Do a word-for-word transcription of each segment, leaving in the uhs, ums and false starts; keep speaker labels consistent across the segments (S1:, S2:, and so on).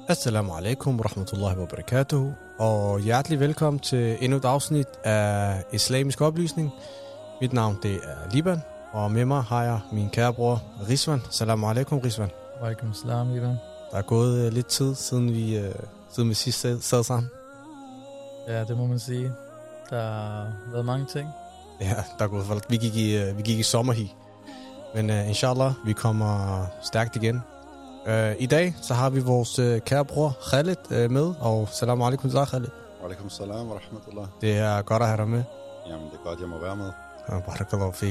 S1: Assalamu alaikum wa rahmatullahi wa barakatuh, og hjertelig velkommen til endnu et afsnit af Islamisk Oplysning. Mit navn det er Liban, og med mig har jeg min kære bror Rizwan. Assalamu alaikum, Rizwan.
S2: Wa alaikum salam, Liban.
S1: Der er gået uh, lidt tid, siden vi, uh, siden vi sidst sad, sad sammen.
S2: Ja, det må man sige. Der har været mange ting.
S1: Ja, der er gået, vi gik i, uh, vi gik i sommerhi. Men uh, inshallah, vi kommer stærkt igen. Uh, I dag så har vi vores uh, kære bror Khaled uh, med, og salam alaikum til Khaled.
S3: Wa alaikum salam wa rahmatullah.
S1: Det er godt at have dig med.
S3: Jamen, det er godt, jeg må være med.
S1: Ja, barakallahu fik.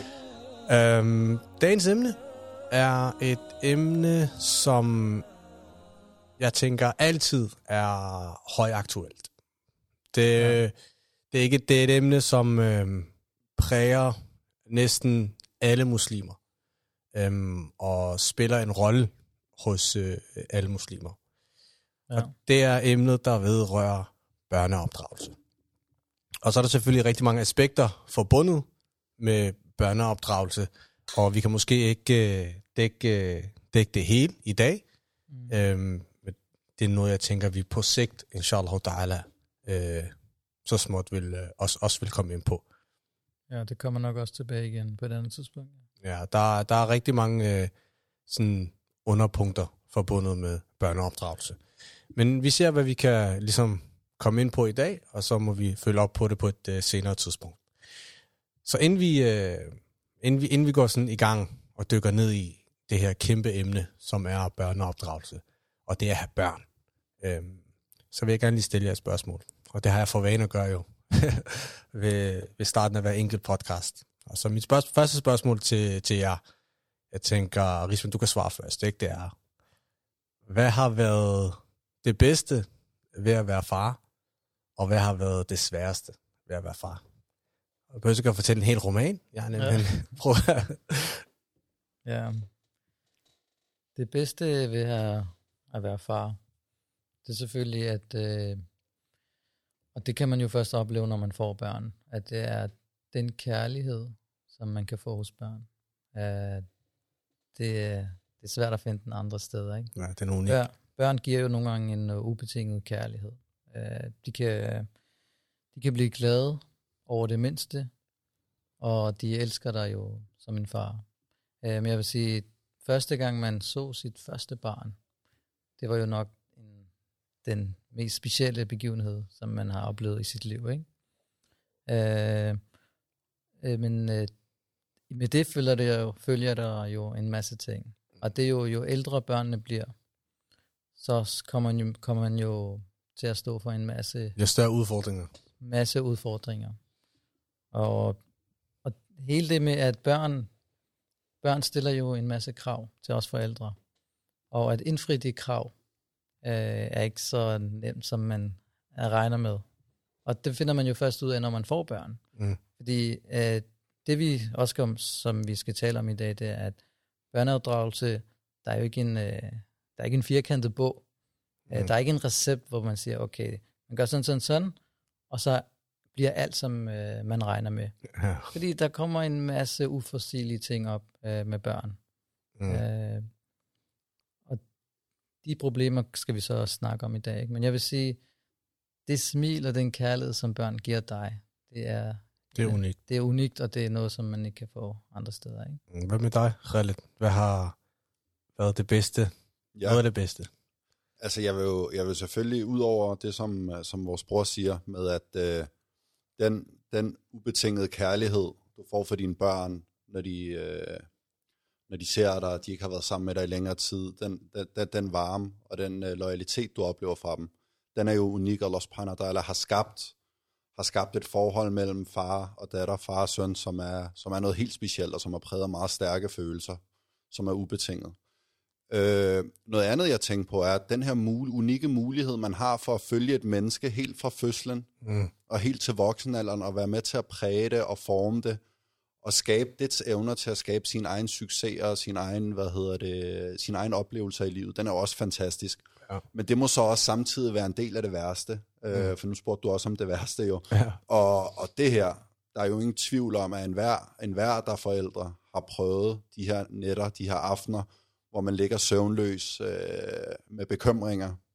S1: Um, dagens emne er et emne, som jeg tænker altid er højaktuelt. Det, ja. det, er, ikke, det er et emne, som øhm, præger næsten alle muslimer øhm, og spiller en rolle hos øh, alle muslimer. Ja. Og det er emnet, der vedrører børneopdragelse. Og så er der selvfølgelig rigtig mange aspekter forbundet med børneopdragelse, og vi kan måske ikke øh, dække, øh, dække det hele i dag. Mm. Øhm, det er noget, jeg tænker, vi på sigt, inshallah ta'ala, øh, så småt vil, øh, også, også vil komme ind på.
S2: Ja, det kommer nok også tilbage igen på et andet tidspunkt.
S1: Ja, der, der er rigtig mange øh, sådan underpunkter forbundet med børneopdragelse. Men vi ser, hvad vi kan ligesom komme ind på i dag, og så må vi følge op på det på et øh, senere tidspunkt. Så inden vi, øh, inden vi, inden vi går sådan i gang og dykker ned i det her kæmpe emne, som er børneopdragelse, og det er at have børn, øh, så vil jeg gerne lige stille jer et spørgsmål. Og det har jeg for vane at gøre jo ved, ved starten af hver enkelt podcast. Og så mit spørg- første spørgsmål til, til jer, jeg tænker, Rizwan, du kan svare først, ikke? Det er, hvad har været det bedste ved at være far, og hvad har været det sværeste ved at være far? Jeg behøver ikke at fortælle en hel roman. Jeg ja. Men prøv
S2: Ja. Det bedste ved at, at være far, det er selvfølgelig, at, øh, og det kan man jo først opleve, når man får børn, at det er den kærlighed, som man kan få hos børn. Uh, det, det er svært at finde den andre steder, ikke?
S1: Ja, det er nogen
S2: børn, børn giver jo nogle gange en uh, ubetinget kærlighed. Uh, de, kan, de kan blive glade over det mindste, og de elsker dig jo som en far. Uh, men jeg vil sige, første gang man så sit første barn, det var jo nok en, den mest specielle begivenhed, som man har oplevet i sit liv, ikke? Uh, uh, men uh, med det følger, det jo, følger der jo en masse ting. Og det er jo, jo ældre børnene bliver, så kommer man, jo, kommer man jo til at stå for en masse...
S1: Ja, større udfordringer.
S2: Masse udfordringer. Og, og hele det med, at børn, børn stiller jo en masse krav til os forældre. Og at indfri de krav øh, er ikke så nemt, som man regner med. Og det finder man jo først ud af, når man får børn. Mm. Fordi øh, det vi også kom, som vi skal tale om i dag, det er, at børneopdragelse, der er jo ikke en, øh, der er ikke en firkantet bog. Mm. Der er ikke en recept, hvor man siger, okay, man gør sådan, sådan, sådan, og så bliver alt, som øh, man regner med. Ja. Fordi der kommer en masse uforudsigelige ting op øh, med børn. Mm. Øh, og de problemer skal vi så også snakke om i dag. Ikke? Men jeg vil sige, det smil og den kærlighed, som børn giver dig, det er,
S1: det er unikt.
S2: Det er unikt, og det er noget, som man ikke kan få andre steder. Ikke?
S1: Hvad med dig, Khaled? Hvad har været det bedste? Ja. Hvad er det bedste?
S3: Altså, jeg vil jo jeg vil selvfølgelig, ud over det, som, som vores bror siger, med at øh, den, den ubetingede kærlighed, du får for dine børn, når de, øh, når de ser dig, de ikke har været sammen med dig i længere tid, den, den, den varme og den øh, loyalitet, du oplever fra dem, den er jo unik. Allah subhanahu wa ta'ala har skabt, har skabt et forhold mellem far og datter, far og søn, som er, som er noget helt specielt, og som har præget meget stærke følelser, som er ubetinget. Øh, noget andet, jeg tænker på, er, at den her mul- unikke mulighed, man har for at følge et menneske helt fra fødslen, mm. og helt til voksenalderen, og være med til at præge det og forme det, og skabe dets evner til at skabe sin egen succes og sin egen, hvad hedder det, sin egen oplevelser i livet, den er også fantastisk. Ja. Men det må så også samtidig være en del af det værste, mm. øh, for nu spurgte du også om det værste jo. Ja. Og, og det her, der er jo ingen tvivl om, at enhver, enhver der forældre har prøvet de her nætter, de her aftener, hvor man ligger søvnløs øh, med bekymringer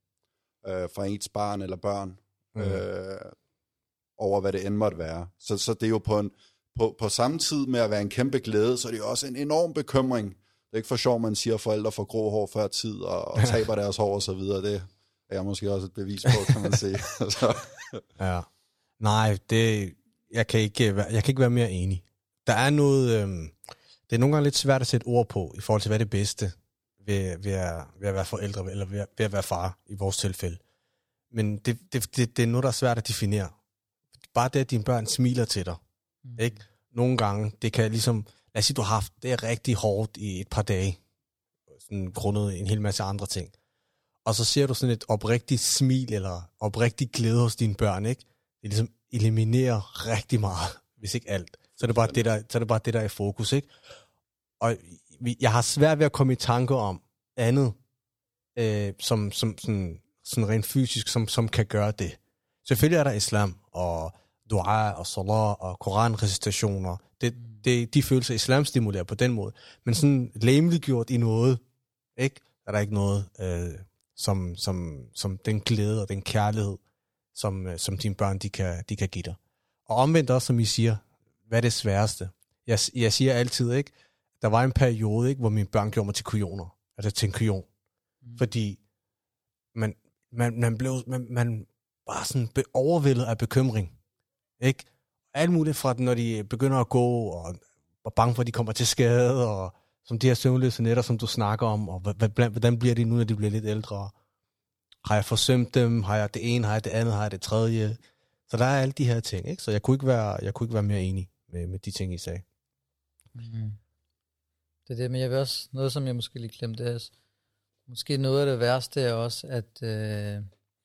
S3: øh, for ens barn eller børn,
S1: Mm.
S3: øh, over hvad det end måtte være. Så, så det er jo på, en, på, på samme tid med at være en kæmpe glæde, så er det jo også en enorm bekymring. Det er ikke for sjov, man siger, at forældre får grå hår før tid, og, og taber deres hår og så videre. Det er jeg måske også et bevis på, kan man sige. Så.
S1: Ja. Nej, det, jeg, kan ikke, være- jeg kan ikke være mere enig. Der er noget, øhm, det er nogle gange lidt svært at sætte ord på, i forhold til, hvad det bedste ved, ved, at, ved at være forældre, eller ved, at- ved at være far, i vores tilfælde. Men det, det, det, det er noget, der er svært at definere. Bare det, at dine børn smiler til dig,
S2: Mm.
S1: ikke? Nogle gange, det kan ligesom, lad os sige, du har haft det er rigtig hårdt i et par dage, sådan grundet en hel masse andre ting. Og så ser du sådan et oprigtigt smil, eller oprigtig glæde hos dine børn, ikke? Det ligesom eliminerer rigtig meget, hvis ikke alt. Så er det bare det, der, så er det bare det, der er i fokus, ikke? Og vi- jeg har svært ved at komme i tanke om andet, øh, som, som sådan, sådan rent fysisk, som, som kan gøre det. Selvfølgelig er der islam, og dua, og salat, og koranrecitationer. Det, det, de følelser, islam stimulerer på den måde. Men sådan læmeliggjort i noget, ikke? Er der ikke noget, øh, som, som, som den glæde og den kærlighed, som, øh, som dine børn, de kan, de kan give dig. Og omvendt også, som I siger, hvad er det sværeste? Jeg, jeg siger altid, ikke? Der var en periode, ikke, hvor mine børn gjorde mig til kujoner. Altså til en kujon. Mm. Fordi man, man, man blev man, man var sådan be- overvældet af bekymring. Ikke? Alt muligt fra, når de begynder at gå, og var bange for, at de kommer til skade, og som de her søvnløse nætter, som du snakker om, og hvordan, hvordan bliver de nu, når de bliver lidt ældre? Har jeg forsømt dem? Har jeg det ene? Har jeg det andet? Har jeg det tredje? Så der er alle de her ting, ikke? Så jeg kunne ikke være, jeg kunne ikke være mere enig med, med de ting, I sagde.
S2: Mm. Det er det, men jeg vil også, noget som jeg måske lige glemte, det er, måske noget af det værste er også, at øh,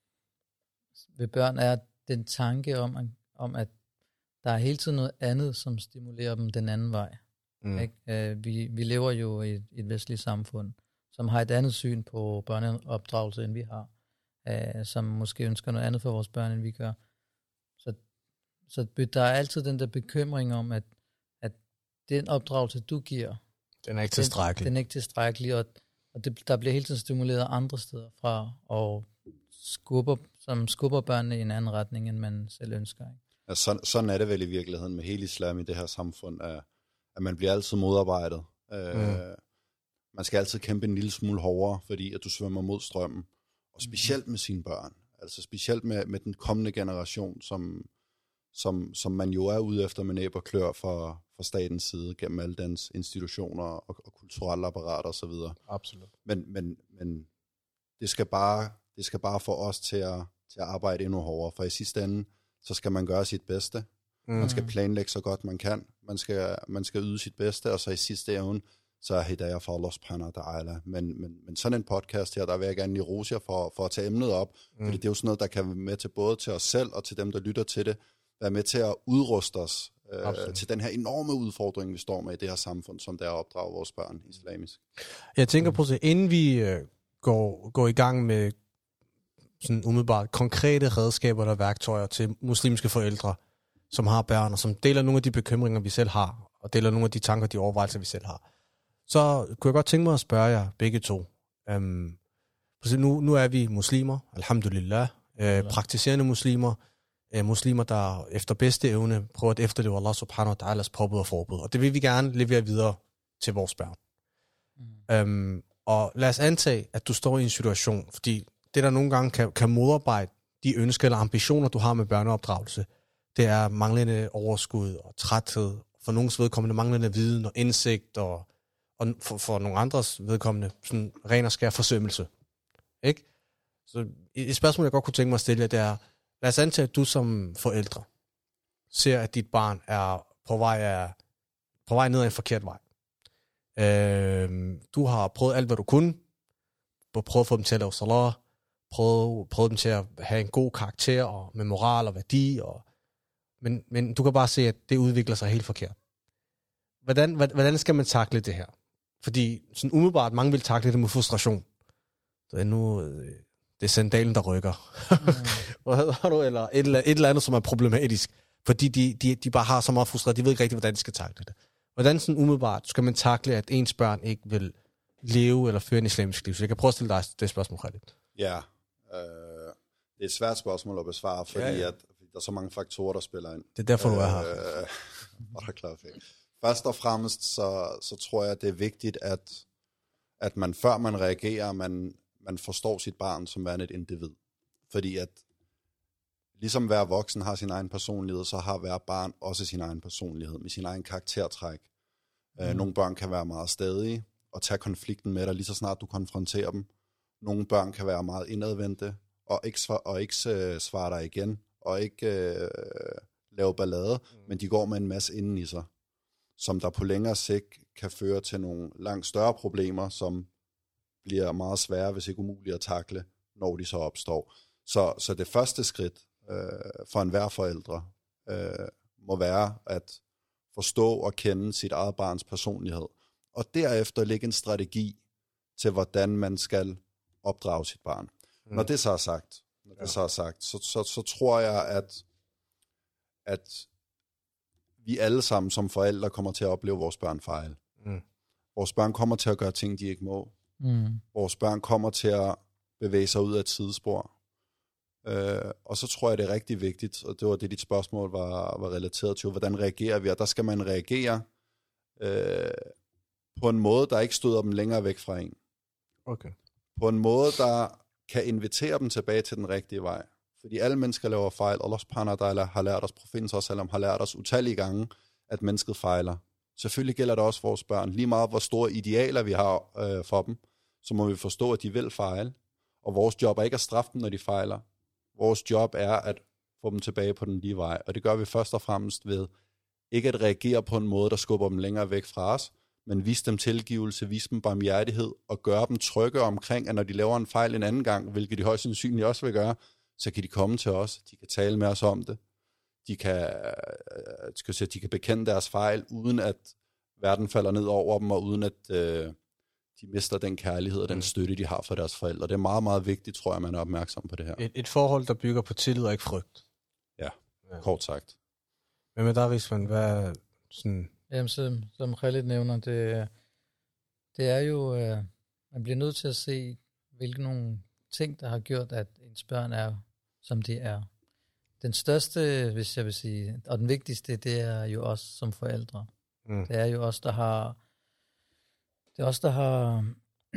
S2: ved børn er den tanke om, om, at der er hele tiden noget andet, som stimulerer dem den anden vej.
S1: Mm.
S2: Ikke? Øh, vi, vi lever jo i et, et vestligt samfund, som har et andet syn på børneopdragelse, end vi har. Øh, som måske ønsker noget andet for vores børn, end vi gør. Så, så der er altid den der bekymring om, at, at den opdragelse, du giver,
S1: Den er ikke tilstrækkelig.
S2: Den, den er ikke tilstrækkelig, og, og det, der bliver hele tiden stimuleret andre steder fra, og skubber, som skubber børnene i en anden retning, end man selv ønsker. Ikke?
S3: Ja, sådan, sådan er det vel i virkeligheden med hele islam i det her samfund, at, at man bliver altid modarbejdet. Mm. Øh, man skal altid kæmpe en lille smule hårdere, fordi at du svømmer mod strømmen. Og specielt med sine børn. Altså specielt med, med den kommende generation, som, som, som man jo er ude efter med næb og klør fra, fra statens side, gennem alle dens institutioner og, og kulturelle apparater osv.
S1: Absolut.
S3: Men, men, men det skal bare, det skal bare få os til at, til at arbejde endnu hårdere, for i sidste ende, så skal man gøre sit bedste. Mm. Man skal planlægge så godt man kan. Man skal, man skal yde sit bedste, og så i sidste ende, så er hidayah for Allah subhanahu wa ta'ala. Men, men, men sådan en podcast her, der vil jeg gerne lige rose jer for, for at tage emnet op, mm. fordi det er jo sådan noget, der kan være med til både til os selv og til dem, der lytter til det, være med til at udruste os øh, til den her enorme udfordring, vi står med i det her samfund, som det er at opdrage vores børn islamisk.
S1: Jeg tænker på det, inden vi øh, går, går i gang med sådan umiddelbart konkrete redskaber eller værktøjer til muslimske forældre, som har børn, og som deler nogle af de bekymringer, vi selv har, og deler nogle af de tanker, de overvejelser, vi selv har, så kunne jeg godt tænke mig at spørge jer begge to. Um, nu, nu er vi muslimer, alhamdulillah, øh, praktiserende muslimer, øh, muslimer, der efter bedste evne prøver at efterleve Allah subhanahu wa ta'alas påbud og forbud. Og det vil vi gerne levere videre til vores børn. Mm. Um, og lad os antage, at du står i en situation, fordi det, der nogle gange kan, kan modarbejde de ønsker eller ambitioner, du har med børneopdragelse, det er manglende overskud og træthed, for nogens vedkommende manglende viden og indsigt, og, og for, for nogle andres vedkommende sådan ren og skær forsømmelse. Ikke? Så et spørgsmål, jeg godt kunne tænke mig at stille jer, det er, lad os antage, at du som forældre ser, at dit barn er på vej, af, på vej ned ad en forkert vej. Øh, du har prøvet alt, hvad du kunne, prøvet at få dem til at lave salat, prøvet, prøvet dem til at have en god karakter og med moral og værdi, og, men, men du kan bare se, at det udvikler sig helt forkert. Hvordan, hvordan skal man takle det her? Fordi sådan umiddelbart, mange vil takle det med frustration. Så er nu, det er sandalen, der rykker. Mm. eller, et, eller et eller andet, som er problematisk. Fordi de, de, de bare har så meget frustreret, de ved ikke rigtig, hvordan de skal takle det. Hvordan sådan umiddelbart skal man takle, at ens børn ikke vil leve eller føre en islamisk liv? Så jeg kan prøve at stille dig det spørgsmål, Khalid.
S3: Ja, øh, Det er et svært spørgsmål at besvare, fordi ja, ja. At, der er så mange faktorer, der spiller ind.
S1: Det er derfor, du er her.
S3: Øh, var der klar, Først og fremmest, så, så tror jeg, det er vigtigt, at, at man før man reagerer, man, man forstår sit barn som værende et individ. Fordi at ligesom hver voksen har sin egen personlighed, så har hver barn også sin egen personlighed, med sin egen karaktertræk. Mm. Øh, nogle børn kan være meget stædige og tage konflikten med dig, lige så snart du konfronterer dem. Nogle børn kan være meget indadvendte og ikke, svar, og ikke uh, svare dig igen, og ikke uh, lave ballade, mm. men de går med en masse inden i sig, som der på længere sigt kan føre til nogle langt større problemer, som bliver meget svære, hvis ikke umuligt at takle, når de så opstår. Så, så det første skridt øh, for enhver forældre øh, må være at forstå og kende sit eget barns personlighed, og derefter lægge en strategi til, hvordan man skal opdrage sit barn. Mm. Når det så er sagt, når det så er sagt, så, så, så tror jeg, at, at vi alle sammen som forældre kommer til at opleve vores børn fejl. Mm. Vores børn kommer til at gøre ting, de ikke må. Mm. Vores børn kommer til at bevæge sig ud af et sidespor. Øh, og så tror jeg, det er rigtig vigtigt, og det var det, dit spørgsmål var, var relateret til, hvordan reagerer vi? Og der skal man reagere øh, på en måde, der ikke støder dem længere væk fra en.
S1: Okay.
S3: På en måde, der kan invitere dem tilbage til den rigtige vej. Fordi alle mennesker laver fejl. Allah subhanahu wa ta'ala har lært os, profeten sallam har lært os utallige gange, at mennesket fejler. Selvfølgelig gælder det også for vores børn. Lige meget hvor store idealer vi har øh, for dem, så må vi forstå, at de vil fejle. Og vores job er ikke at straffe dem, når de fejler. Vores job er at få dem tilbage på den lige vej. Og det gør vi først og fremmest ved ikke at reagere på en måde, der skubber dem længere væk fra os, men vise dem tilgivelse, vise dem barmhjertighed og gøre dem trygge omkring, at når de laver en fejl en anden gang, hvilket de højst sandsynligt også vil gøre, så kan de komme til os, de kan tale med os om det, de kan, skal sige, de kan bekende deres fejl, uden at verden falder ned over dem, og uden at øh, de mister den kærlighed og den støtte, de har for deres forældre. Det er meget, meget vigtigt, tror jeg, man er opmærksom på det her.
S1: Et, et forhold, der bygger på tillid og ikke frygt.
S3: Ja, ja. Kort sagt.
S1: Men med dig, Rizvan, hvad er sådan...
S2: Jamen, som, som Khalid nævner, det, det er jo, øh, man bliver nødt til at se, hvilke nogle ting, der har gjort, at ens børn er, som de er. Den største, hvis jeg vil sige, og den vigtigste, det er jo os som forældre. Mm. Det er jo os, der har, det er os, der har,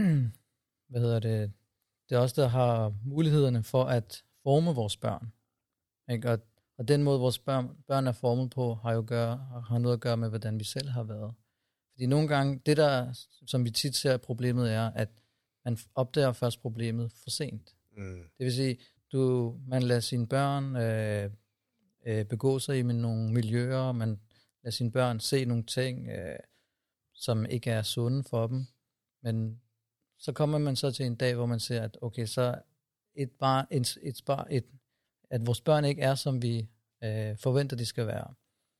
S2: hvad hedder det, det er os, der har mulighederne for at forme vores børn. Ikke? Og, og den måde, vores børn, børn er formet på, har jo gøre, har noget at gøre med, hvordan vi selv har været. Fordi nogle gange, det der, som vi tit ser problemet er, at man opdager først problemet for sent. Mm. Det vil sige, du, man lader sine børn øh, øh, begå sig i nogle miljøer, man lader sine børn se nogle ting, øh, som ikke er sunde for dem. Men så kommer man så til en dag, hvor man ser, at okay, så et bar, et, et, et, et, at vores børn ikke er, som vi øh, forventer, de skal være.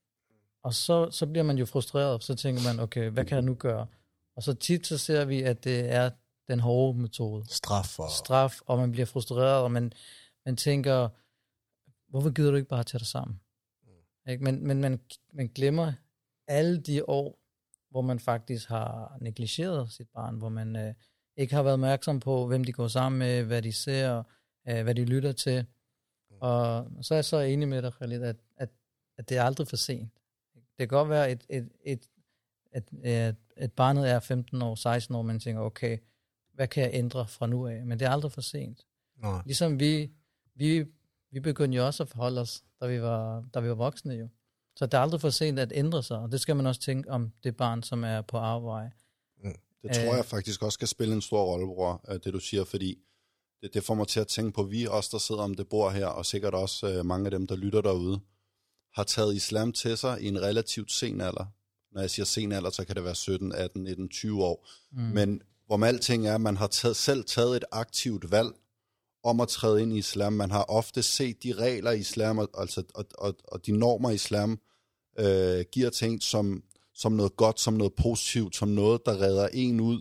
S2: Og så, så bliver man jo frustreret, så tænker man, okay, hvad kan jeg nu gøre? Og så tit så ser vi, at det er den hårde metode.
S1: Straf. Og...
S2: Straf, og man bliver frustreret, og man, man tænker, hvorfor gider du ikke bare tage dig sammen? Mm. Ikke? Men, men man, man glemmer alle de år, hvor man faktisk har negligeret sit barn, hvor man øh, ikke har været opmærksom på, hvem de går sammen med, hvad de ser, øh, hvad de lytter til. Mm. Og så er jeg så enig med dig, Khalid, at, at, at det er aldrig for sent. Det kan godt være, et, et, et, et, et, et barnet er femten år, seksten år, man tænker, okay, hvad kan jeg ændre fra nu af? Men det er aldrig for sent. Nej. Ligesom vi, vi, vi begyndte jo også at forholde os, da vi var, da vi var voksne jo. Så det er aldrig for sent at ændre sig, og det skal man også tænke om det barn, som er på afveje.
S3: Mm. Det tror jeg faktisk også skal spille en stor rolle, bror, det du siger, fordi det, det får mig til at tænke på, vi os, der sidder om det bord her, og sikkert også øh, mange af dem, der lytter derude, har taget islam til sig i en relativt sen alder. Når jeg siger sen alder, så kan det være sytten, atten, nitten, tyve år. Mm. Men hvor med alting er, at man har taget, selv taget et aktivt valg om at træde ind i islam. Man har ofte set de regler i islam, og, altså, og, og, og de normer islam øh, giver ting som, som noget godt, som noget positivt, som noget, der redder en ud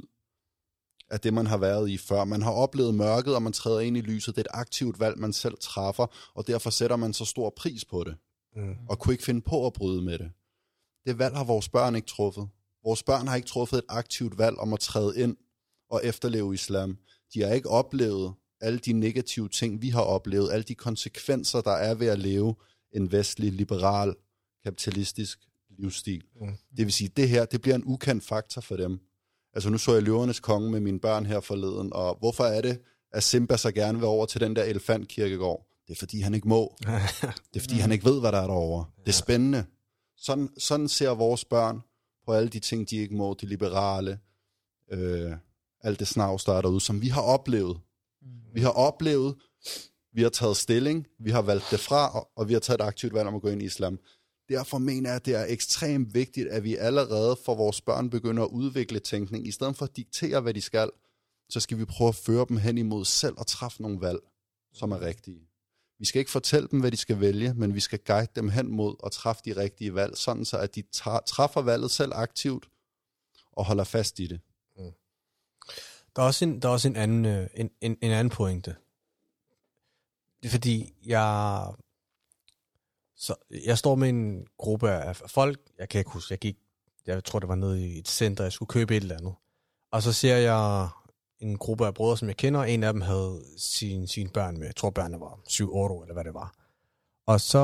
S3: af det, man har været i før. Man har oplevet mørket, og man træder ind i lyset. Det er et aktivt valg, man selv træffer, og derfor sætter man så stor pris på det. Mm. Og kunne ikke finde på at bryde med det. Det valg har vores børn ikke truffet. Vores børn har ikke truffet et aktivt valg om at træde ind og efterleve islam. De har ikke oplevet alle de negative ting, vi har oplevet, alle de konsekvenser, der er ved at leve en vestlig, liberal, kapitalistisk livsstil. Mm. Det vil sige, det her, det bliver en ukendt faktor for dem. Altså nu så jeg Løvernes Konge med mine børn her forleden, og hvorfor er det, at Simba så gerne vil over til den der elefantkirkegård? Det er fordi, han ikke må. Det er fordi, han ikke ved, hvad der er derovre. Det er spændende. Sådan, sådan ser vores børn på alle de ting, de ikke må, de liberale, øh, alt det snavs, der er derude, som vi har oplevet. Mm. Vi har oplevet, vi har taget stilling, vi har valgt det fra, og vi har taget et aktivt valg om at gå ind i islam. Derfor mener jeg, at det er ekstremt vigtigt, at vi allerede for vores børn begynder at udvikle tænkning. I stedet for at diktere, hvad de skal, så skal vi prøve at føre dem hen imod selv og træffe nogle valg, som er rigtige. Vi skal ikke fortælle dem, hvad de skal vælge, men vi skal guide dem hen mod at træffe de rigtige valg, sådan så at de træffer valget selv aktivt og holder fast i det.
S1: Mm. Der er også en, der er også en, anden, en, en, en anden pointe. Det er fordi, jeg, så jeg står med en gruppe af folk, jeg kan ikke huske, jeg gik, jeg tror det var nede i et center, jeg skulle købe et eller andet. Og så ser jeg en gruppe af brødre, som jeg kender, og en af dem havde sine, sine børn med. Jeg tror, børnene var syv otte år, eller hvad det var. Og så,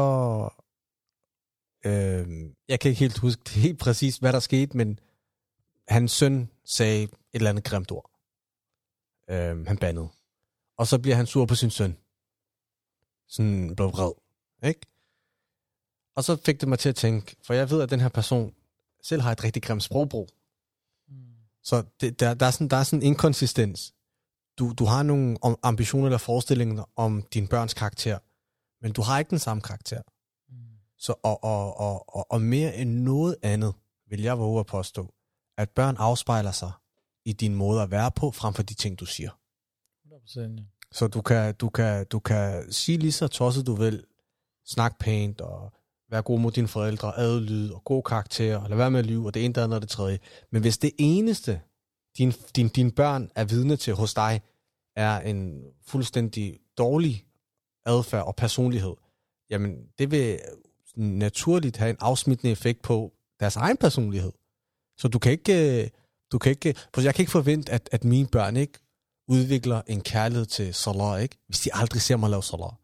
S1: øh, jeg kan ikke helt huske helt præcis, hvad der skete, men hans søn sagde et eller andet grimt ord. Øh, han bandede. Og så bliver han sur på sin søn. Sådan blev vred, ikke? Og så fik det mig til at tænke, for jeg ved, at den her person selv har et rigtig grimt sprogbrug. Så det, der, der, er sådan, der er sådan en inkonsistens. Du, du har nogle ambitioner eller forestillinger om din børns karakter, men du har ikke den samme karakter. Mm. Så, og, og, og, og, og mere end noget andet, vil jeg våge at påstå, at børn afspejler sig i din måde at være på, frem for de ting, du siger.
S2: hundrede procent.
S1: Så du kan, du, kan, du kan sige lige så tosset du vil, snak pænt og være god mod dine forældre, adlyde og gode karakterer, eller være med at lyve, og det ene, der andet og det tredje. Men hvis det eneste, din, din, dine børn er vidne til hos dig, er en fuldstændig dårlig adfærd og personlighed, jamen det vil naturligt have en afsmittende effekt på deres egen personlighed. Så du kan ikke, du kan ikke, jeg kan ikke forvente, at, at mine børn ikke udvikler en kærlighed til salat, ikke? Hvis de aldrig ser mig lave salat.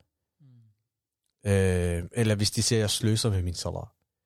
S1: Øh, eller hvis de ser, at jeg sløser med min salat.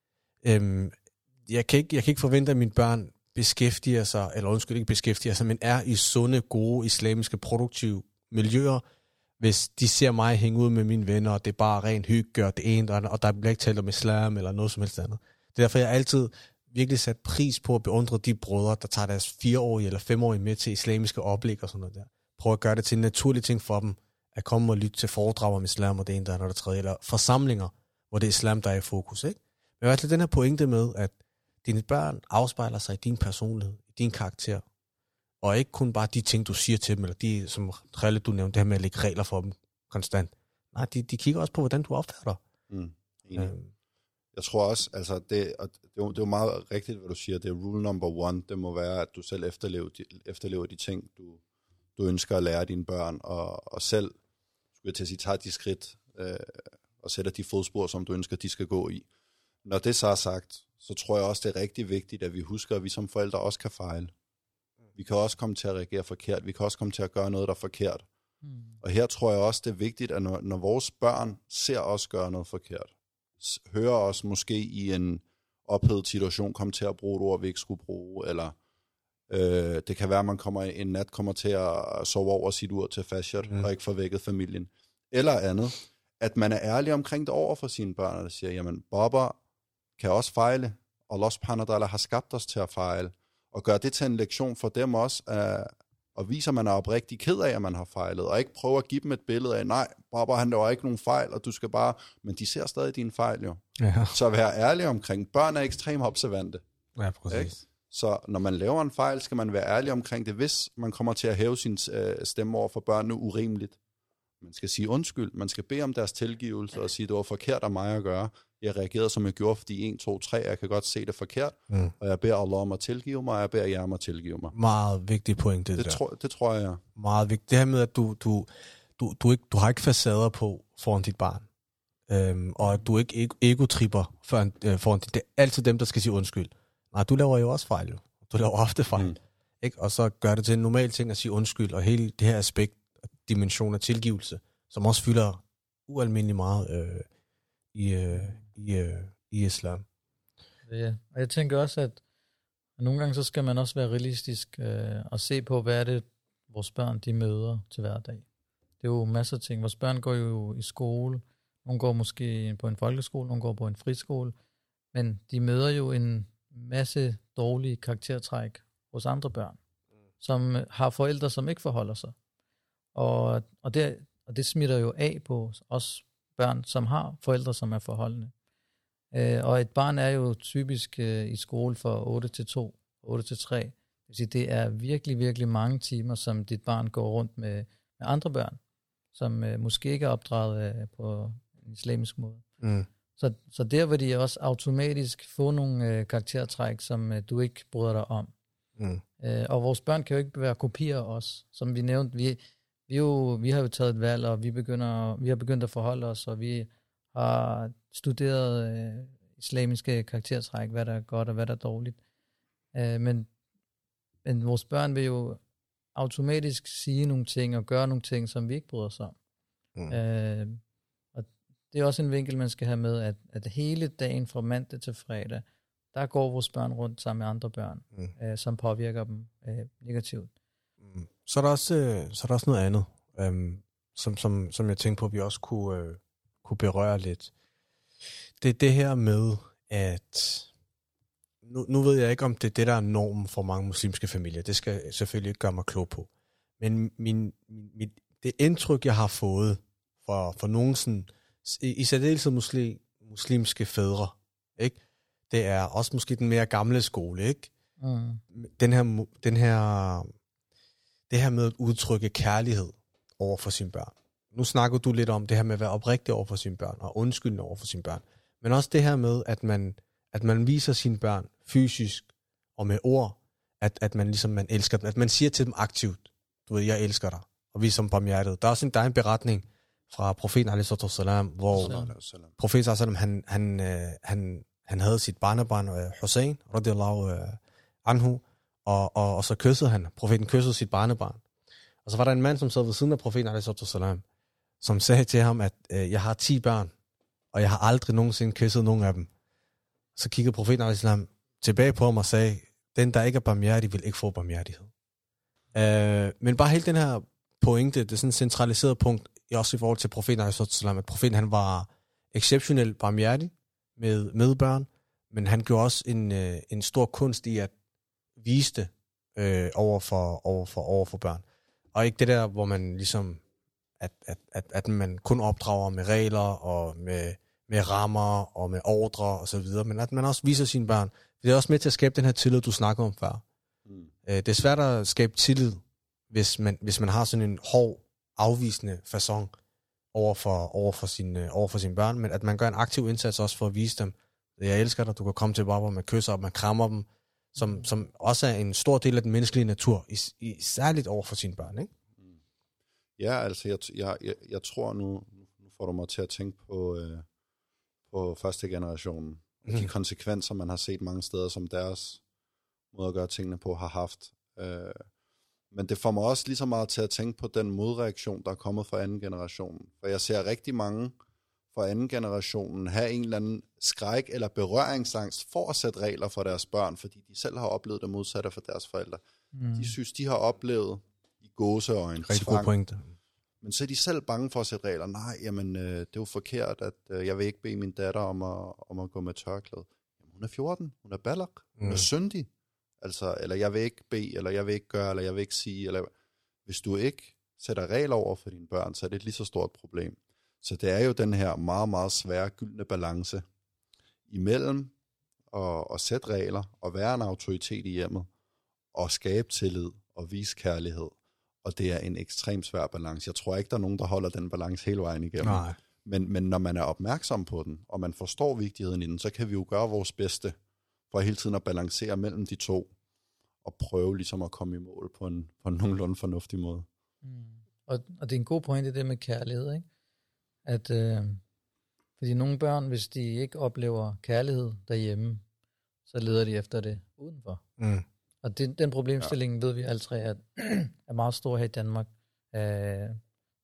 S1: Øh, jeg, kan ikke, jeg kan ikke forvente, at mine børn beskæftiger sig, eller undskyld ikke beskæftiger sig, men er i sunde, gode, islamiske, produktive miljøer, hvis de ser mig hænge ud med mine venner, og det er bare ren hygge, og det ene, og der bliver ikke talt om islam, eller noget som helst andet. Det er derfor, jeg altid virkelig sat pris på at beundre de brødre, der tager deres fireårige eller femårige med til islamiske oplæg og sådan noget der. Prøv at gøre det til en naturlig ting for dem, at komme og lytte til foredrag om islam, og det ene, der er noget, der tredje, eller forsamlinger, hvor det er islam, der er i fokus, ikke? Men altså den her pointe med, at dine børn afspejler sig i din personlighed, i din karakter, og ikke kun bare de ting, du siger til dem, eller de, som Relle, du nævnte, det her med at lægge regler for dem konstant. Nej, de, de kigger også på, hvordan du opfører dig.
S3: Mm, øhm. Jeg tror også, altså det, og det, er jo, det er jo meget rigtigt, hvad du siger, det er rule number one, det må være, at du selv efterlever de, efterlever de ting, du, du ønsker at lære dine børn, og, og selv, skulle jeg til at sige, tager de skridt, øh, og sætter de fodspor, som du ønsker, de skal gå i. Når det så er sagt, så tror jeg også, det er rigtig vigtigt, at vi husker, at vi som forældre også kan fejle. Vi kan også komme til at reagere forkert, vi kan også komme til at gøre noget, der er forkert. Mm. Og her tror jeg også, det er vigtigt, at når, når vores børn ser os gøre noget forkert, hører os måske i en ophedet situation, komme til at bruge et ord, vi ikke skulle bruge, eller øh, det kan være, at man kommer en nat kommer til at sove over sit ur til fajr, mm. og ikke får vækket familien, eller andet, at man er ærlig omkring det over for sine børn, og der siger, jamen, Baba kan også fejle, og Allah subhanahu wa ta'ala har skabt os til at fejle, og gør det til en lektion for dem også, uh, og viser, at man er oprigtig ked af, at man har fejlet, og ikke prøver at give dem et billede af, nej, Baba, han laver ikke nogen fejl, og du skal bare, men de ser stadig dine fejl jo. Ja. Så vær ærlig omkring, børn er ekstremt observante.
S1: Ja, præcis. Ikke?
S3: Så når man laver en fejl, skal man være ærlig omkring det, hvis man kommer til at hæve sin øh, stemme over for børnene urimeligt. Man skal sige undskyld, man skal bede om deres tilgivelse, og sige, det var forkert af mig at gøre. Jeg reagerede, som jeg gjorde, fordi en, to, tre, jeg kan godt se det forkert, mm. og jeg beder Allah om at tilgive mig, og jeg beder jer om at tilgive mig.
S1: Meget vigtig point, det,
S3: det
S1: der.
S3: Tror, det tror jeg.
S1: Meget vigtigt. Det her med, at du, du, du, du, ikke, du har ikke facader på foran dit barn, øhm, og at du ikke egotripper foran, øh, foran dit. Det er altid dem, der skal sige undskyld. Nej, du laver jo også fejl, jo. Du laver ofte fejl. Mm. Ikke? Og så gør det til en normal ting at sige undskyld, og hele det her aspekt, dimension af tilgivelse, som også fylder ualmindelig meget øh, i, øh, i, øh, i islam.
S2: Ja, og jeg tænker også, at nogle gange så skal man også være realistisk øh, og se på, hvad er det, vores børn de møder til hverdag. Det er jo masser af ting. Vores børn går jo i skole, nogle går måske på en folkeskole, nogle går på en friskole, men de møder jo en masse dårlige karaktertræk hos andre børn, som har forældre, som ikke forholder sig. Og, og, det, og det smitter jo af på os børn, som har forældre, som er forholdende. Øh, og et barn er jo typisk øh, i skole fra otte til to, otte til tre. Det vil sige, det er virkelig, virkelig mange timer, som dit barn går rundt med, med andre børn, som øh, måske ikke er opdraget øh, på en islamisk måde. Mm. Så, så der vil de også automatisk få nogle øh, karaktertræk, som øh, du ikke bryder dig om. Mm. Øh, og vores børn kan jo ikke være kopier af os. Som vi nævnte, vi, vi, jo, vi har jo taget et valg, og vi, begynder, vi har begyndt at forholde os, og vi har studeret øh, islamiske karaktertræk, hvad der er godt og hvad der er dårligt. Øh, men, men vores børn vil jo automatisk sige nogle ting og gøre nogle ting, som vi ikke bryder os om. Mm. Øh, og det er også en vinkel, man skal have med, at, at hele dagen fra mandag til fredag, der går vores børn rundt sammen med andre børn, mm. øh, som påvirker dem øh, negativt.
S1: Mm. Så er der også, øh, så er der også noget andet, øh, som, som, som jeg tænkte på, at vi også kunne, øh, kunne berøre lidt. Det er det her med, at nu, nu ved jeg ikke, om det er det, der er normen for mange muslimske familier. Det skal jeg selvfølgelig ikke gøre mig klog på. Men min, min, det indtryk, jeg har fået for, for nogen sådan, i, i særdeleshed muslim, muslimske fædre, ikke? Det er også måske den mere gamle skole, ikke? Mm. Den her, den her, det her med at udtrykke kærlighed over for sine børn. Nu snakker du lidt om det her med at være oprigtig over for sine børn, og undskyldende over for sine børn. Men også det her med, at man, at man viser sine børn fysisk og med ord, at, at man ligesom man elsker dem. At man siger til dem aktivt, du ved, jeg elsker dig, og viser dem barmhjertet. Der er også en, der er en beretning fra profeten alaihi sallam, hvor profeten sallam, han, han, han, han havde sit barnebarn Hussein, radiyallahu anhu, og, og, og så kyssede han. Profeten kyssede sit barnebarn. Og så var der en mand, som sad ved siden af profeten alaihi sallam, som sagde til ham, at øh, jeg har ti børn, og jeg har aldrig nogensinde kysset nogen af dem. Så kiggede profeten alaihi sallam tilbage på ham og sagde, den, der ikke er barmhjertig, vil ikke få barmhjertighed. Øh, men bare hele den her pointe, det er sådan et centraliseret punkt, også i forhold til profeten alaihi sallam, at profeten han var exceptionelt barmhjertig med, med børn, men han gjorde også en, øh, en stor kunst i at vise det øh, over, for, over, for, over for børn. Og ikke det der, hvor man ligesom, at, at, at, at man kun opdrager med regler og med, med rammer og med ordre og så videre, men at man også viser sine børn. Det er også med til at skabe den her tillid, du snakker om før. Mm. Det er svært at skabe tillid, hvis man, hvis man har sådan en hård, afvisende facon over for, over, for sine, over for sine børn, men at man gør en aktiv indsats også for at vise dem, jeg elsker dig, du kan komme til Baba, man kysser op, man krammer dem, som, som også er en stor del af den menneskelige natur, i, i, særligt over for sine børn, ikke?
S3: Ja, altså, jeg, jeg, jeg, jeg tror nu, nu får du mig til at tænke på, øh, på første generationen, mm. de konsekvenser, man har set mange steder, som deres måde at gøre tingene på har haft. Øh, men det får mig også lige så meget til at tænke på den modreaktion, der er kommet fra anden generation. For jeg ser rigtig mange fra anden generationen have en eller anden skræk eller berøringsangst for at sætte regler for deres børn, fordi de selv har oplevet det modsatte for deres forældre. Mm. De synes, de har oplevet i gåseøjne tvang. Men så er de selv bange for at sætte regler. Nej, jamen, øh, det er jo forkert, at øh, jeg vil ikke bede min datter om at, om at gå med tørklæde. Jamen, hun er fjorten, hun er baller, hun mm. er syndig. Altså, eller jeg vil ikke bede, eller jeg vil ikke gøre, eller jeg vil ikke sige. Eller... Hvis du ikke sætter regler over for dine børn, så er det et lige så stort problem. Så det er jo den her meget, meget svære gyldne balance imellem at, at sætte regler, og være en autoritet i hjemmet, og skabe tillid, og vise kærlighed. Og det er en ekstremt svær balance. Jeg tror ikke, der er nogen, der holder den balance hele vejen igennem. Nej. Men, men når man er opmærksom på den, og man forstår vigtigheden i den, så kan vi jo gøre vores bedste for hele tiden at balancere mellem de to, og prøve ligesom at komme i mål på en, på en nogenlunde fornuftig måde.
S2: Mm. Og, og det er en god pointe, det med kærlighed, ikke? At, øh, fordi nogle børn, hvis de ikke oplever kærlighed derhjemme, så leder de efter det udenfor. Mm. Og det, den problemstilling, ja. ved vi alle tre, er, er meget stor her i Danmark. Øh,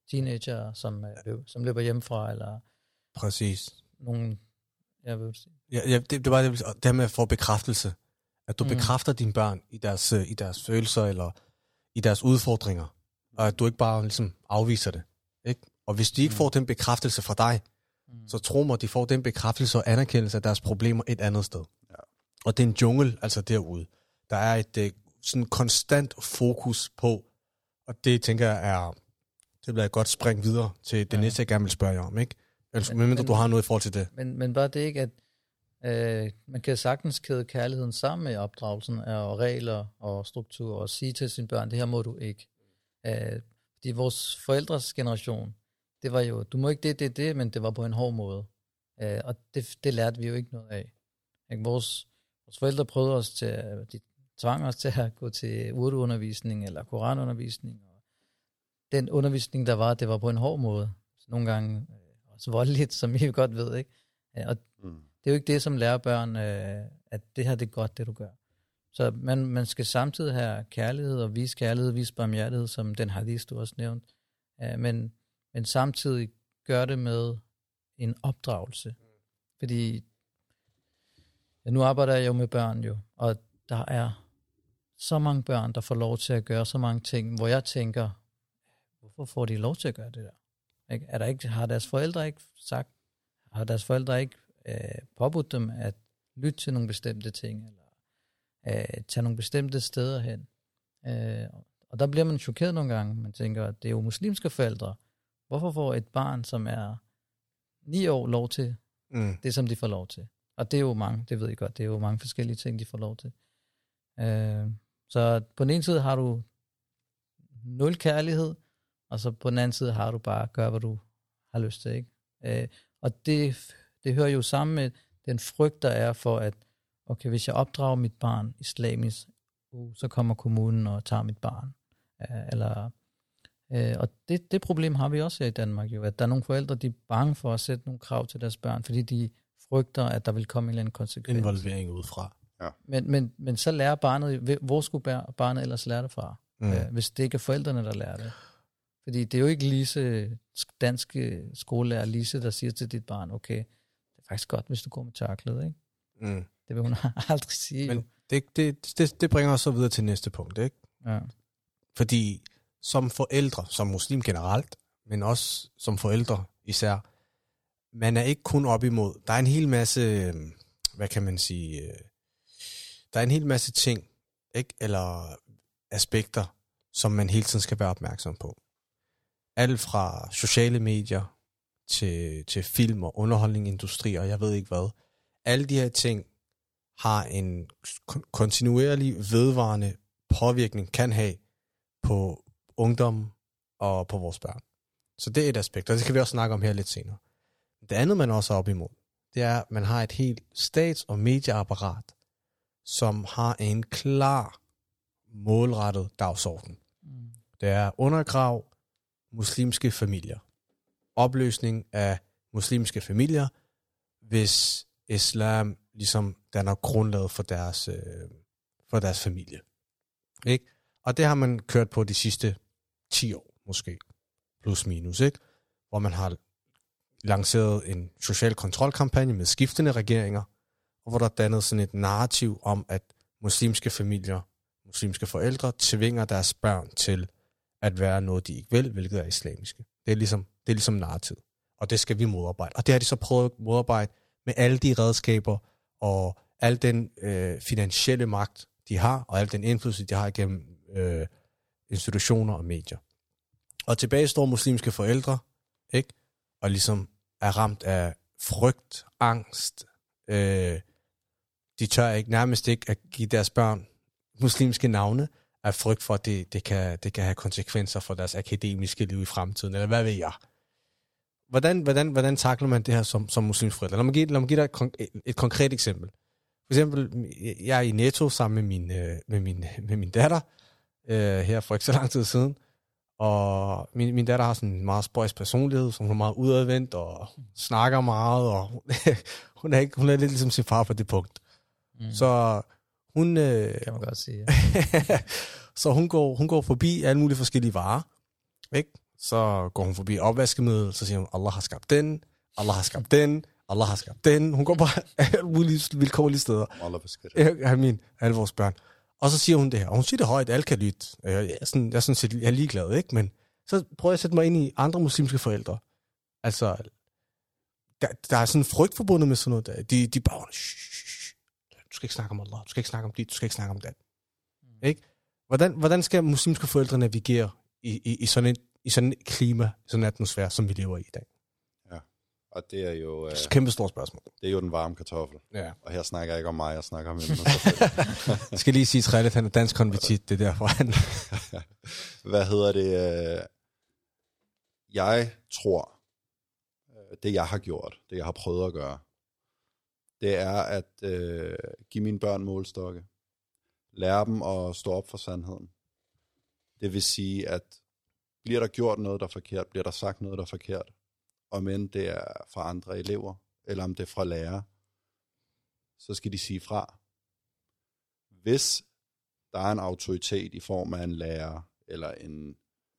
S2: teenager, som, øh, som løber hjemmefra, eller
S1: Præcis.
S2: nogen, jeg vil sige.
S1: Ja, ja, det, det var det, det her med at få bekræftelse. At du mm. bekræfter dine børn i deres, i deres følelser, eller i deres udfordringer. Og at du ikke bare ligesom afviser det. Ikke? Og hvis de ikke mm. får den bekræftelse fra dig, mm. så tro mig, de får den bekræftelse og anerkendelse af deres problemer et andet sted. Ja. Og det er en jungle, altså derude. Der er et uh, sådan konstant fokus på, og det tænker jeg er, det bliver et godt spring videre til det ja. næste, jeg gerne vil spørge jer om, ikke? Altså, men, medmindre men, du har noget i forhold til det.
S2: Men, men bare det ikke, at øh, man kan sagtens kæde kærligheden sammen med opdragelsen og regler og struktur, og sige til sine børn, det her må du ikke. Øh, fordi vores forældres generation, det var jo, du må ikke det, det, det, men det var på en hård måde. Øh, og det, det lærte vi jo ikke noget af. Ikke? Vores, vores forældre prøvede os til, de tvang os til at gå til urdu-undervisning eller koranundervisning. Og den undervisning, der var, det var på en hård måde. Så nogle gange øh, også voldeligt, som I godt ved, ikke? Øh, og mm. det er jo ikke det, som lærer børn, øh, at det her det er godt, det du gør. Så man, man skal samtidig have kærlighed og vise kærlighed, vise barmhjertighed, som den hadith, du også nævnt. Øh, men, men samtidig gør det med en opdragelse. Fordi ja, nu arbejder jeg jo med børn jo, og der er så mange børn, der får lov til at gøre så mange ting, hvor jeg tænker, hvorfor får de lov til at gøre det der? Ikke? Er der ikke, har deres forældre ikke sagt, har deres forældre ikke øh, påbudt dem at lytte til nogle bestemte ting, eller øh, tage nogle bestemte steder hen? Øh, og der bliver man chokeret nogle gange. Man tænker, at det er jo muslimske forældre. Hvorfor får et barn, som er ni år, lov til mm. det, som de får lov til? Og det er jo mange, det ved I godt, det er jo mange forskellige ting, de får lov til. Øh, så på den ene side har du nul kærlighed, og så på den anden side har du bare gør, hvad du har lyst til, ikke? Øh, og det, det hører jo sammen med den frygt, der er for, at okay, hvis jeg opdrager mit barn islamisk, uh, så kommer kommunen og tager mit barn. Øh, eller, øh, og det, det problem har vi også her i Danmark, jo, at der er nogle forældre, de er bange for at sætte nogle krav til deres børn, fordi de frygter, at der vil komme en eller anden konsekvens.
S1: Involvering udefra.
S3: Ja.
S2: Men, men, men så lærer barnet, hvor skulle barnet ellers lære det fra, mm. øh, hvis det ikke er forældrene, der lærer det. Fordi det er jo ikke Lise, danske skolelærer Lise, der siger til dit barn, okay, det er faktisk godt, hvis du går med tørklæde, ikke? Mm. Det vil hun aldrig sige.
S1: Men det, det, det, det bringer os så videre til næste punkt, ikke?
S2: Ja.
S1: Fordi som forældre, som muslim generelt, men også som forældre især, man er ikke kun op imod. Der er en hel masse, hvad kan man sige, der er en hel masse ting, ikke? Eller aspekter, som man hele tiden skal være opmærksom på. Alt fra sociale medier til, til film og underholdningsindustri, og jeg ved ikke hvad. Alle de her ting har en kontinuerlig, vedvarende påvirkning, kan have på ungdom og på vores børn. Så det er et aspekt, og det skal vi også snakke om her lidt senere. Det andet, man også er op imod, det er, at man har et helt stats- og medieapparat, som har en klar, målrettet dagsorden. Mm. Det er undergrav muslimske familier. Opløsning af muslimske familier, hvis islam ligesom danner grundlaget for deres, øh, for deres familie. Ikke? Og det har man kørt på de sidste ti år, måske. Plus minus, ikke? Hvor man har lanceret en social kontrolkampagne med skiftende regeringer, og hvor der er dannet sådan et narrativ om, at muslimske familier, muslimske forældre, tvinger deres børn til at være noget, de ikke vil, hvilket er islamiske. Det er ligesom, det er ligesom narrativ. Og det skal vi modarbejde. Og det har de så prøvet at modarbejde med alle de redskaber, og al den øh, finansielle magt, de har, og al den indflydelse, de har igennem øh, institutioner og medier. Og tilbage står muslimske forældre, ikke? Og ligesom er ramt af frygt, angst. Øh, de tør ikke, nærmest ikke at give deres børn muslimske navne, af frygt for, at det, det, kan, det kan have konsekvenser for deres akademiske liv i fremtiden, eller hvad ved jeg. Hvordan, hvordan, hvordan takler man det her som, som muslimsk forældre? Lad mig give, lad mig give dig et, et, et konkret eksempel. For eksempel, jeg er i Netto sammen med min, med min, med min datter, øh, her for ikke så lang tid siden, og min, min datter har sådan en meget spøjs personlighed, som hun er meget udadvendt, og snakker meget, og hun, er ikke, hun er lidt ligesom sin far på det punkt. Mm. Så hun... Øh,
S2: kan man godt sige, ja.
S1: Så hun går, hun går forbi alle mulige forskellige varer, ikke? så går hun forbi opvaskemiddel, så siger hun, Allah har skabt den, Allah har skabt den, Allah har skabt den. Hun går bare alle mulige vilkårlige steder.
S3: Allah beskytter.
S1: Jeg mener, alle vores børn. Og så siger hun det her, og hun siger det højt, alle kan lytte. Jeg er, sådan, jeg er sådan set jeg er ligeglad, ikke? Men så prøver jeg at sætte mig ind i andre muslimske forældre. Altså, der, der er sådan en frygt forbundet med sådan noget der. De, de bare, du skal ikke snakke om Allah, du skal ikke snakke om dit, du skal ikke snakke om det. Mm. Ikke? Hvordan, hvordan skal muslimske forældre navigere i, i, i, sådan, et, i sådan et klima, sådan en atmosfære, som vi lever i i dag?
S3: Ja, og det er jo... Øh,
S1: kæmpe stort spørgsmål.
S3: Det er jo den varme kartoffel.
S1: Ja.
S3: Og her snakker jeg ikke om mig, jeg snakker om min.
S1: Jeg skal lige sige, at Khaled, han er dansk konvertit, det er derfor han...
S3: Hvad hedder det? Jeg tror, det jeg har gjort, det jeg har prøvet at gøre, det er at øh, give mine børn målstokke. Lære dem at stå op for sandheden. Det vil sige, at bliver der gjort noget, der er forkert, bliver der sagt noget, der er forkert, om end det er fra andre elever, eller om det er fra lærere, så skal de sige fra. Hvis der er en autoritet i form af en lærer, eller en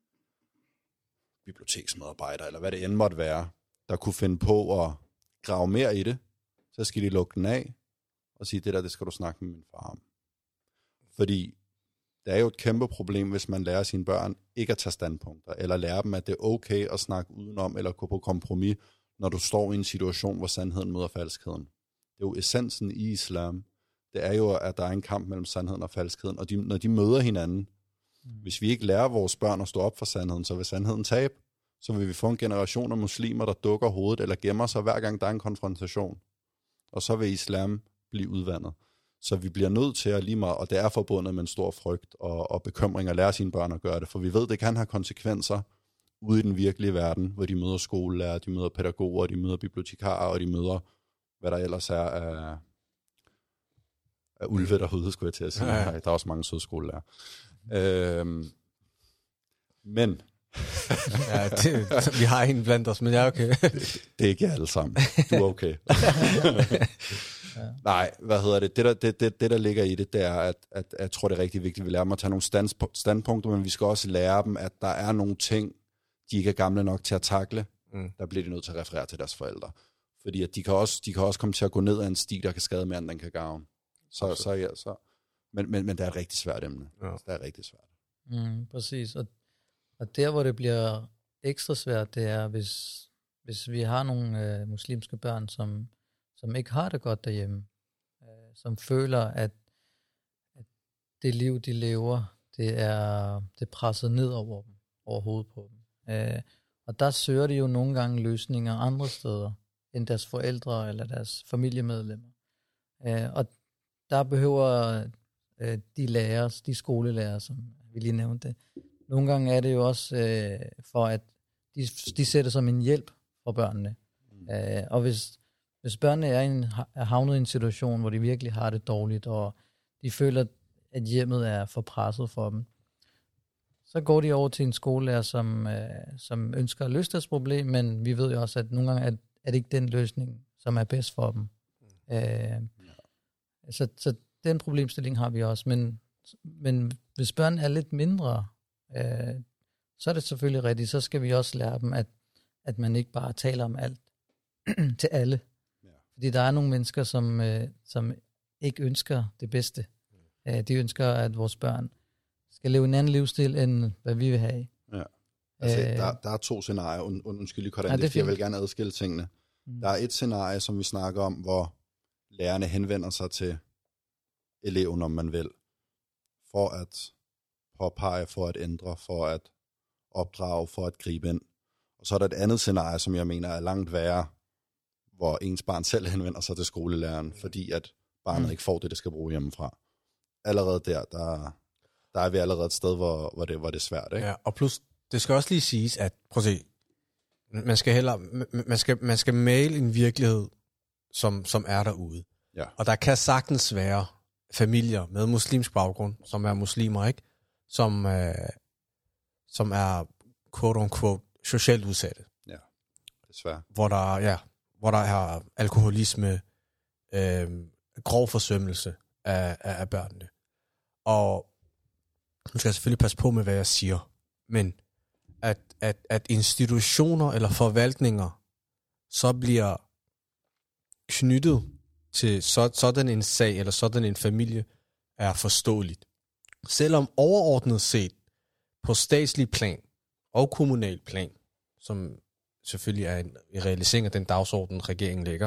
S3: biblioteksmedarbejder, eller hvad det end måtte være, der kunne finde på at grave mere i det, så skal de lukke den af, og sige, det der, det skal du snakke med min far om. Fordi det er jo et kæmpe problem, hvis man lærer sine børn ikke at tage standpunkter, eller lærer dem, at det er okay at snakke udenom, eller gå på kompromis, når du står i en situation, hvor sandheden møder falskheden. Det er jo essensen i islam. Det er jo, at der er en kamp mellem sandheden og falskheden, og de, når de møder hinanden, mm. hvis vi ikke lærer vores børn at stå op for sandheden, så vil sandheden tabe, så vil vi få en generation af muslimer, der dukker hovedet, eller gemmer sig hver gang, der er en konfrontation. Og så vil islam blive udvandet. Så vi bliver nødt til at lige meget, og det er forbundet med en stor frygt og, og bekymring at lære sine børn at gøre det, for vi ved, det kan have konsekvenser ude i den virkelige verden, hvor de møder skolelærer, de møder pædagoger, de møder bibliotekarer, og de møder, hvad der ellers er af, af ulve derude, skulle jeg til at sige. Ja, ja. Der er også mange søde skolelærer. Øhm, men...
S1: ja, det, vi har en blandt os, men jeg er okay.
S3: det, det er ikke alle sammen. Du er okay. Ja. Nej, hvad hedder det? Det der, det, det, det, der ligger i det, det er, at, at, at jeg tror, det er rigtig vigtigt, at vi lærer dem at tage nogle stands, standpunkter, men vi skal også lære dem, at der er nogle ting, de ikke er gamle nok til at takle. Mm. Der bliver de nødt til at referere til deres forældre. Fordi at de, kan også, de kan også komme til at gå ned ad en sti, der kan skade mere, end den kan gavne. Så, så, ja, så. Men, men, men det er et rigtig svært emne. Ja. Det er rigtig svært.
S2: Mm, præcis. Og, og der, hvor det bliver ekstra svært, det er, hvis, hvis vi har nogle øh, muslimske børn, som som ikke har det godt derhjemme, øh, som føler, at, at det liv, de lever, det er, det er presset ned over dem, over hovedet på dem. Øh, og der søger de jo nogle gange løsninger andre steder, end deres forældre eller deres familiemedlemmer. Øh, og der behøver øh, de lærere, de skolelærer, som vi lige nævnte det, nogle gange er det jo også øh, for, at de, de sætter som en hjælp for børnene. Mm. Øh, og hvis Hvis børnene er, en, er havnet i en situation, hvor de virkelig har det dårligt, og de føler, at hjemmet er for presset for dem, så går de over til en skolelærer, som, øh, som ønsker at løse deres problem, men vi ved jo også, at nogle gange er, er det ikke den løsning, som er bedst for dem. Mm. Øh, så, så den problemstilling har vi også. Men, men hvis børnene er lidt mindre, øh, så er det selvfølgelig rigtigt. Så skal vi også lære dem, at, at man ikke bare taler om alt til alle. Fordi der er nogle mennesker, som, øh, som ikke ønsker det bedste. Mm. Øh, de ønsker, at vores børn skal leve en anden livsstil, end hvad vi vil have.
S3: Ja. Altså, øh, der, der er to scenarier. Und, undskyld lige, hvordan ja, det, det jeg vil gerne adskille tingene. Mm. Der er et scenarie, som vi snakker om, hvor lærerne henvender sig til eleven, om man vil, for at påpege, for at ændre, for at opdrage, for at gribe ind. Og så er der et andet scenarie, som jeg mener er langt værre, hvor ens barn selv henvender sig til skolelæreren, fordi at barnet mm. ikke får det, det skal bruge hjemmefra. Allerede der, der, der er vi allerede et sted, hvor, hvor, det, hvor det er svært. Ikke?
S1: Ja, og plus, det skal også lige siges, at, prøv at se, man skal, heller, man skal, man skal male en virkelighed, som, som er derude.
S3: Ja.
S1: Og der kan sagtens være familier med muslimsk baggrund, som er muslimer, ikke? Som, øh, som er, quote-unquote, socialt udsatte.
S3: Ja, desværre.
S1: Hvor der, ja, hvor der er alkoholisme, øh, grov forsømmelse af, af, af børnene. Og nu skal jeg selvfølgelig passe på med, hvad jeg siger, men at, at, at institutioner eller forvaltninger så bliver knyttet til så, sådan en sag eller sådan en familie, er forståeligt. Selvom overordnet set på statslig plan og kommunal plan, som selvfølgelig er en realisering af den dagsorden, regeringen lægger,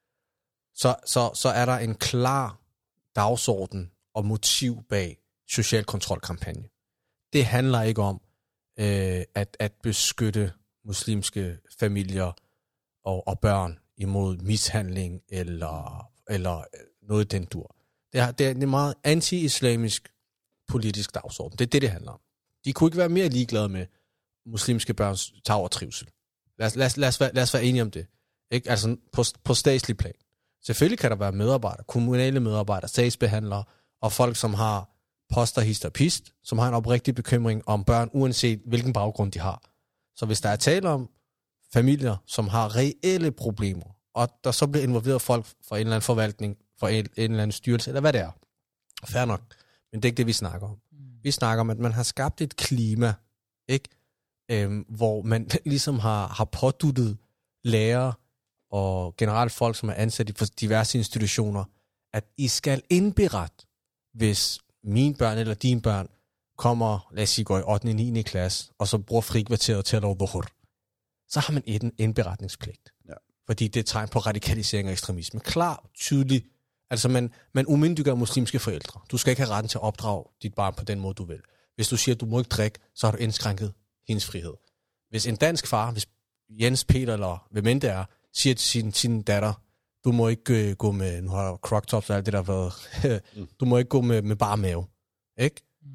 S1: så, så, så er der en klar dagsorden og motiv bag social kontrolkampagne. Det handler ikke om øh, at, at beskytte muslimske familier og, og børn imod mishandling eller, eller noget den dur. Det er, det er en meget anti-islamisk politisk dagsorden. Det er det, det handler om. De kunne ikke være mere ligeglade med muslimske børns tag og trivsel. Lad os, lad os, lad os, være, lad os være enige om det. Ikke? Altså på, på statslig plan. Selvfølgelig kan der være medarbejdere, kommunale medarbejdere, sagsbehandlere og folk, som har poster, hist og pist, som har en oprigtig bekymring om børn, uanset hvilken baggrund de har. Så hvis der er tale om familier, som har reelle problemer, og der så bliver involveret folk fra en eller anden forvaltning, fra en, en eller anden styrelse, eller hvad det er, fair nok. Men det er ikke det, vi snakker om. Mm. Vi snakker om, at man har skabt et klima, ikke? Øhm, hvor man ligesom har, har påduttet lærere og generelt folk, som er ansat i diverse institutioner, at I skal indberette, hvis mine børn eller dine børn kommer, lad os sige, går i ottende og niende klasse, og så bruger frikvarteret til at lave dhuhr, så har man en indberetningspligt. Ja. Fordi det er tegn på radikalisering og ekstremisme. Klar, tydelig. Altså, man, man umyndiggør muslimske forældre. Du skal ikke have retten til at opdrage dit barn på den måde, du vil. Hvis du siger, at du må ikke drikke, så har du indskrænket hendes frihed. Hvis en dansk far, hvis Jens, Peter eller hvem end det er, siger til sin, sin datter, du må ikke øh, gå med, nu har crop tops og alt det der været, mm. du må ikke gå med, med bare mave. Ikke? Mm.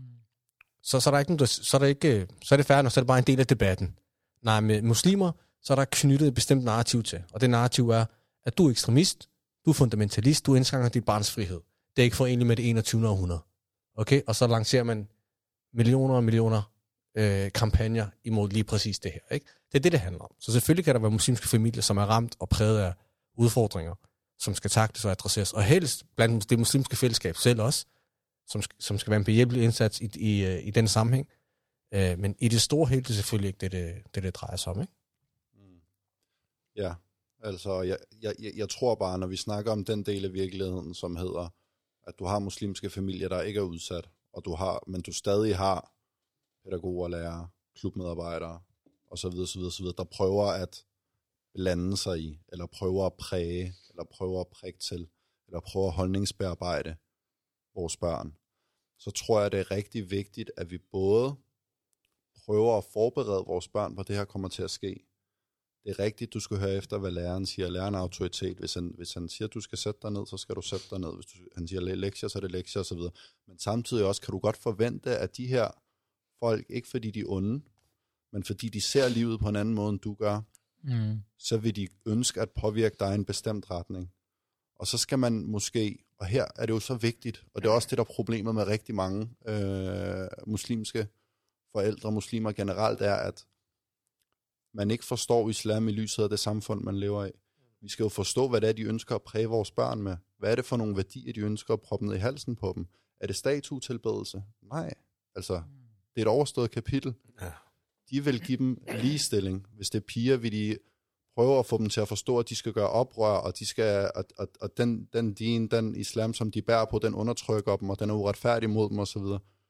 S1: Så, så, er der ikke, så, er der ikke, så er det færdigt, og så er det bare en del af debatten. Nej, med muslimer, så er der knyttet et bestemt narrativ til. Og det narrativ er, at du er ekstremist, du er fundamentalist, du indskrænker dit barns frihed. Det er ikke forenligt med det enogtyvende århundrede. Okay? Og så lancerer man millioner og millioner øh, kampagner imod lige præcis det her. Ikke? Det er det, det handler om. Så selvfølgelig kan der være muslimske familier, som er ramt og præget af udfordringer, som skal taktes og adresseres. Og helst blandt det muslimske fællesskab selv også, som, som skal være en behjælpelig indsats i, i, i den sammenhæng. Øh, men i det store hele, det er selvfølgelig ikke det, det, det, det drejer sig om. Ikke?
S3: Mm. Ja, altså jeg, jeg, jeg tror bare, når vi snakker om den del af virkeligheden, som hedder, at du har muslimske familier, der ikke er udsat, og du har, men du stadig har pædagoger, lærere, klubmedarbejdere, og så videre, så videre, så videre, der prøver at blande sig i, eller prøver at præge, eller prøver at prikke til, eller prøver at holdningsbearbejde vores børn, så tror jeg, det er rigtig vigtigt, at vi både prøver at forberede vores børn på, at det her kommer til at ske. Det er rigtigt, du skal høre efter, hvad læreren siger. Læreren er autoritet. Hvis han, hvis han siger, at du skal sætte dig ned, så skal du sætte dig ned. Hvis du, han siger lektier, så er det lektier osv. Men samtidig også kan du godt forvente, at de her folk, ikke fordi de er onde, men fordi de ser livet på en anden måde, end du gør, mm. så vil de ønske at påvirke dig i en bestemt retning. Og så skal man måske, og her er det jo så vigtigt, og det er også det, der er problemet med rigtig mange øh, muslimske forældre, muslimer generelt, er, at man ikke forstår islam i lyset af det samfund, man lever i. Vi skal jo forstå, hvad det er, de ønsker at præge vores børn med. Hvad er det for nogle værdier, de ønsker at proppe ned i halsen på dem? Er det statuetilbedelse? Nej. Altså, det er et overstået kapitel. Ja. De vil give dem ligestilling. Hvis det er piger, vil de prøve at få dem til at forstå, at de skal gøre oprør, og, de skal, og, og, og den, den din, den islam, som de bærer på, den undertrykker dem, og den er uretfærdig mod dem osv.